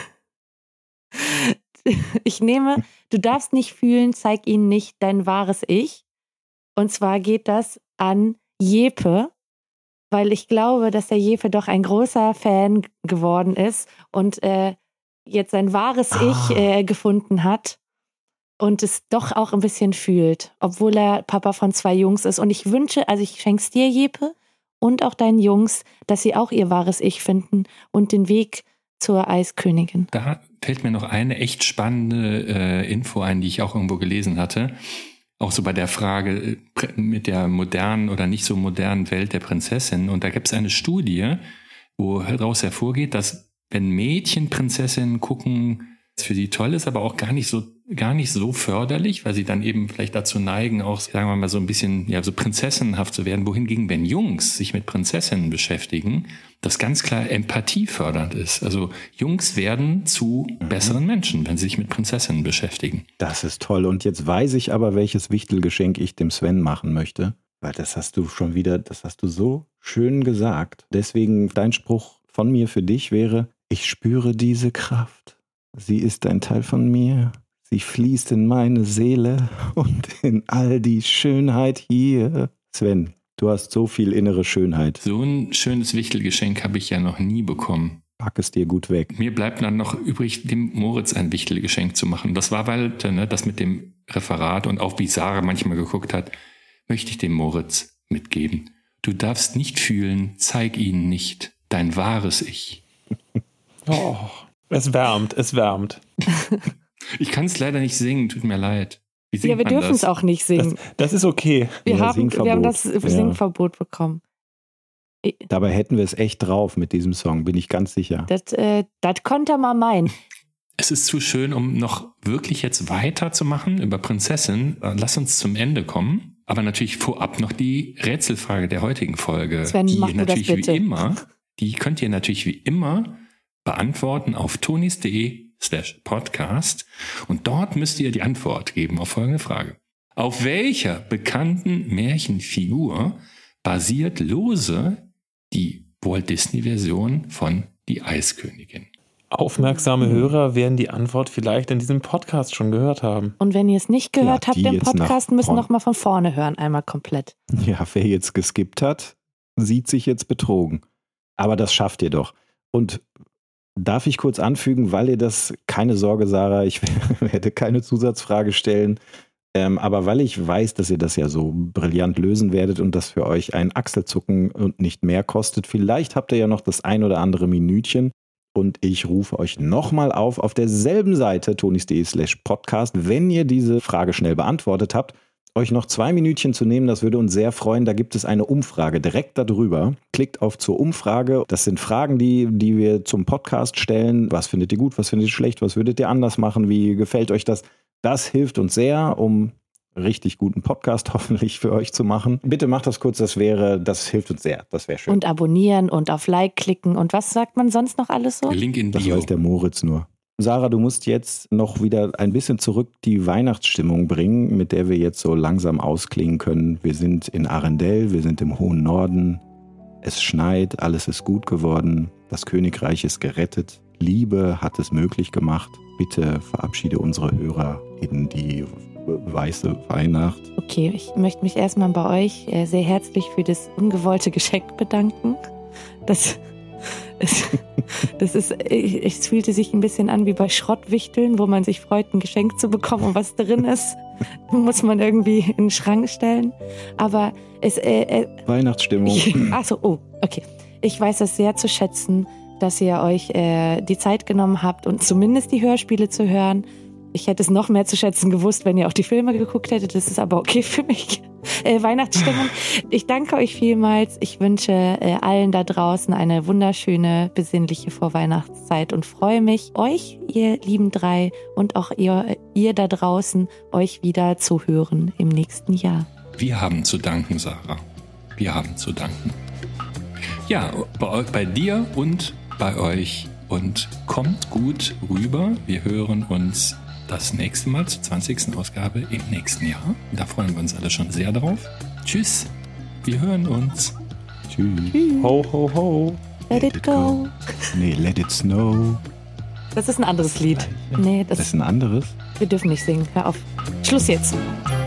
ich nehme, du darfst nicht fühlen, zeig ihnen nicht dein wahres Ich. Und zwar geht das an Jeppe, weil ich glaube, dass der Jeppe doch ein großer Fan geworden ist und äh, jetzt sein wahres Ah. Ich äh, gefunden hat und es doch auch ein bisschen fühlt, obwohl er Papa von zwei Jungs ist. Und ich wünsche, also ich schenke es dir, Jeppe, und auch deinen Jungs, dass sie auch ihr wahres Ich finden und den Weg zur Eiskönigin. Da fällt mir noch eine echt spannende äh, Info ein, die ich auch irgendwo gelesen hatte. Auch so bei der Frage äh, mit der modernen oder nicht so modernen Welt der Prinzessin. Und da gibt es eine Studie, wo daraus hervorgeht, dass wenn Mädchen Prinzessinnen gucken, es für sie toll ist, aber auch gar nicht so gar nicht so förderlich, weil sie dann eben vielleicht dazu neigen, auch, sagen wir mal, so ein bisschen, ja, so prinzessinnenhaft zu werden, wohingegen, wenn Jungs sich mit Prinzessinnen beschäftigen, das ganz klar empathiefördernd ist. Also Jungs werden zu mhm. besseren Menschen, wenn sie sich mit Prinzessinnen beschäftigen. Das ist toll. Und jetzt weiß ich aber, welches Wichtelgeschenk ich dem Sven machen möchte, weil das hast du schon wieder, das hast du so schön gesagt. Deswegen dein Spruch von mir für dich wäre: Ich spüre diese Kraft. Sie ist ein Teil von mir. Sie fließt in meine Seele und in all die Schönheit hier. Sven, du hast so viel innere Schönheit. So ein schönes Wichtelgeschenk habe ich ja noch nie bekommen. Pack es dir gut weg. Mir bleibt dann noch übrig, dem Moritz ein Wichtelgeschenk zu machen. Das war, weil ne, das mit dem Referat und auch wie Sarah manchmal geguckt hat, möchte ich dem Moritz mitgeben. Du darfst nicht fühlen, zeig ihnen nicht dein wahres Ich. Oh, es wärmt, es wärmt. Ich kann es leider nicht singen, tut mir leid. Wie singt Ja, wir man dürfen es das? auch nicht singen. Das, das ist okay. Wir, Ja, haben, wir haben das Singverbot. Singverbot bekommen. Dabei hätten wir es echt drauf mit diesem Song, bin ich ganz sicher. Das, äh, das konnte man meinen. Es ist zu schön, um noch wirklich jetzt weiterzumachen über Prinzessin. Lass uns zum Ende kommen. Aber natürlich vorab noch die Rätselfrage der heutigen Folge. Sven, die mach du das natürlich bitte. wie immer, die könnt ihr natürlich wie immer beantworten auf tonis.de slash podcast. Und dort müsst ihr die Antwort geben auf folgende Frage. Auf welcher bekannten Märchenfigur basiert lose die Walt Disney-Version von Die Eiskönigin? Aufmerksame Hörer werden die Antwort vielleicht in diesem Podcast schon gehört haben. Und wenn ihr es nicht gehört Ja, die habt, den jetzt Podcast nach müssen vorn- noch mal von vorne hören, einmal komplett. Ja, wer jetzt geskippt hat, sieht sich jetzt betrogen. Aber das schafft ihr doch. Und darf ich kurz anfügen, weil ihr das, keine Sorge, Sarah, ich werde keine Zusatzfrage stellen, ähm, aber weil ich weiß, dass ihr das ja so brillant lösen werdet und das für euch ein Achselzucken und nicht mehr kostet, vielleicht habt ihr ja noch das ein oder andere Minütchen. Und ich rufe euch nochmal auf, auf derselben Seite, tonis.de slash podcast, wenn ihr diese Frage schnell beantwortet habt, euch noch zwei Minütchen zu nehmen, das würde uns sehr freuen. Da gibt es eine Umfrage direkt darüber. Klickt auf zur Umfrage. Das sind Fragen, die, die wir zum Podcast stellen. Was findet ihr gut, was findet ihr schlecht, was würdet ihr anders machen, wie gefällt euch das? Das hilft uns sehr, um richtig guten Podcast hoffentlich für euch zu machen. Bitte macht das kurz, das wäre, das hilft uns sehr. Das wäre schön. Und abonnieren und auf Like klicken. Und was sagt man sonst noch alles so? Link in Das Bio. weiß der Moritz nur. Sarah, du musst jetzt noch wieder ein bisschen zurück die Weihnachtsstimmung bringen, mit der wir jetzt so langsam ausklingen können. Wir sind in Arendelle, wir sind im hohen Norden. Es schneit, alles ist gut geworden. Das Königreich ist gerettet. Liebe hat es möglich gemacht. Bitte verabschiede unsere Hörer in die weiße Weihnacht. Okay, ich möchte mich erstmal bei euch äh, sehr herzlich für das ungewollte Geschenk bedanken. Das, es, das ist, ich- es fühlte sich ein bisschen an wie bei Schrottwichteln, wo man sich freut, ein Geschenk zu bekommen und was drin ist, muss man irgendwie in den Schrank stellen. Aber es, äh, äh, Weihnachtsstimmung. Achso, oh, okay. Ich weiß es sehr zu schätzen, dass ihr euch äh, die Zeit genommen habt und zumindest die Hörspiele zu hören. Ich hätte es noch mehr zu schätzen gewusst, wenn ihr auch die Filme geguckt hättet. Das ist aber okay für mich. Äh, Weihnachtsstimmung. Ich danke euch vielmals. Ich wünsche äh, allen da draußen eine wunderschöne, besinnliche Vorweihnachtszeit und freue mich, euch, ihr lieben drei, und auch ihr, ihr da draußen, euch wieder zu hören im nächsten Jahr. Wir haben zu danken, Sarah. Wir haben zu danken. Ja, bei, eu- bei dir und bei euch. Und kommt gut rüber. Wir hören uns das nächste Mal zur zwanzigsten Ausgabe im nächsten Jahr. Da freuen wir uns alle schon sehr drauf. Tschüss, wir hören uns. Tschüss. Tschüss. Ho, ho, ho. Let it go. Nee, Let It Snow. Das ist ein anderes Lied. Nee, das, Das ist ein anderes? wir dürfen nicht singen. Hör auf. Schluss jetzt.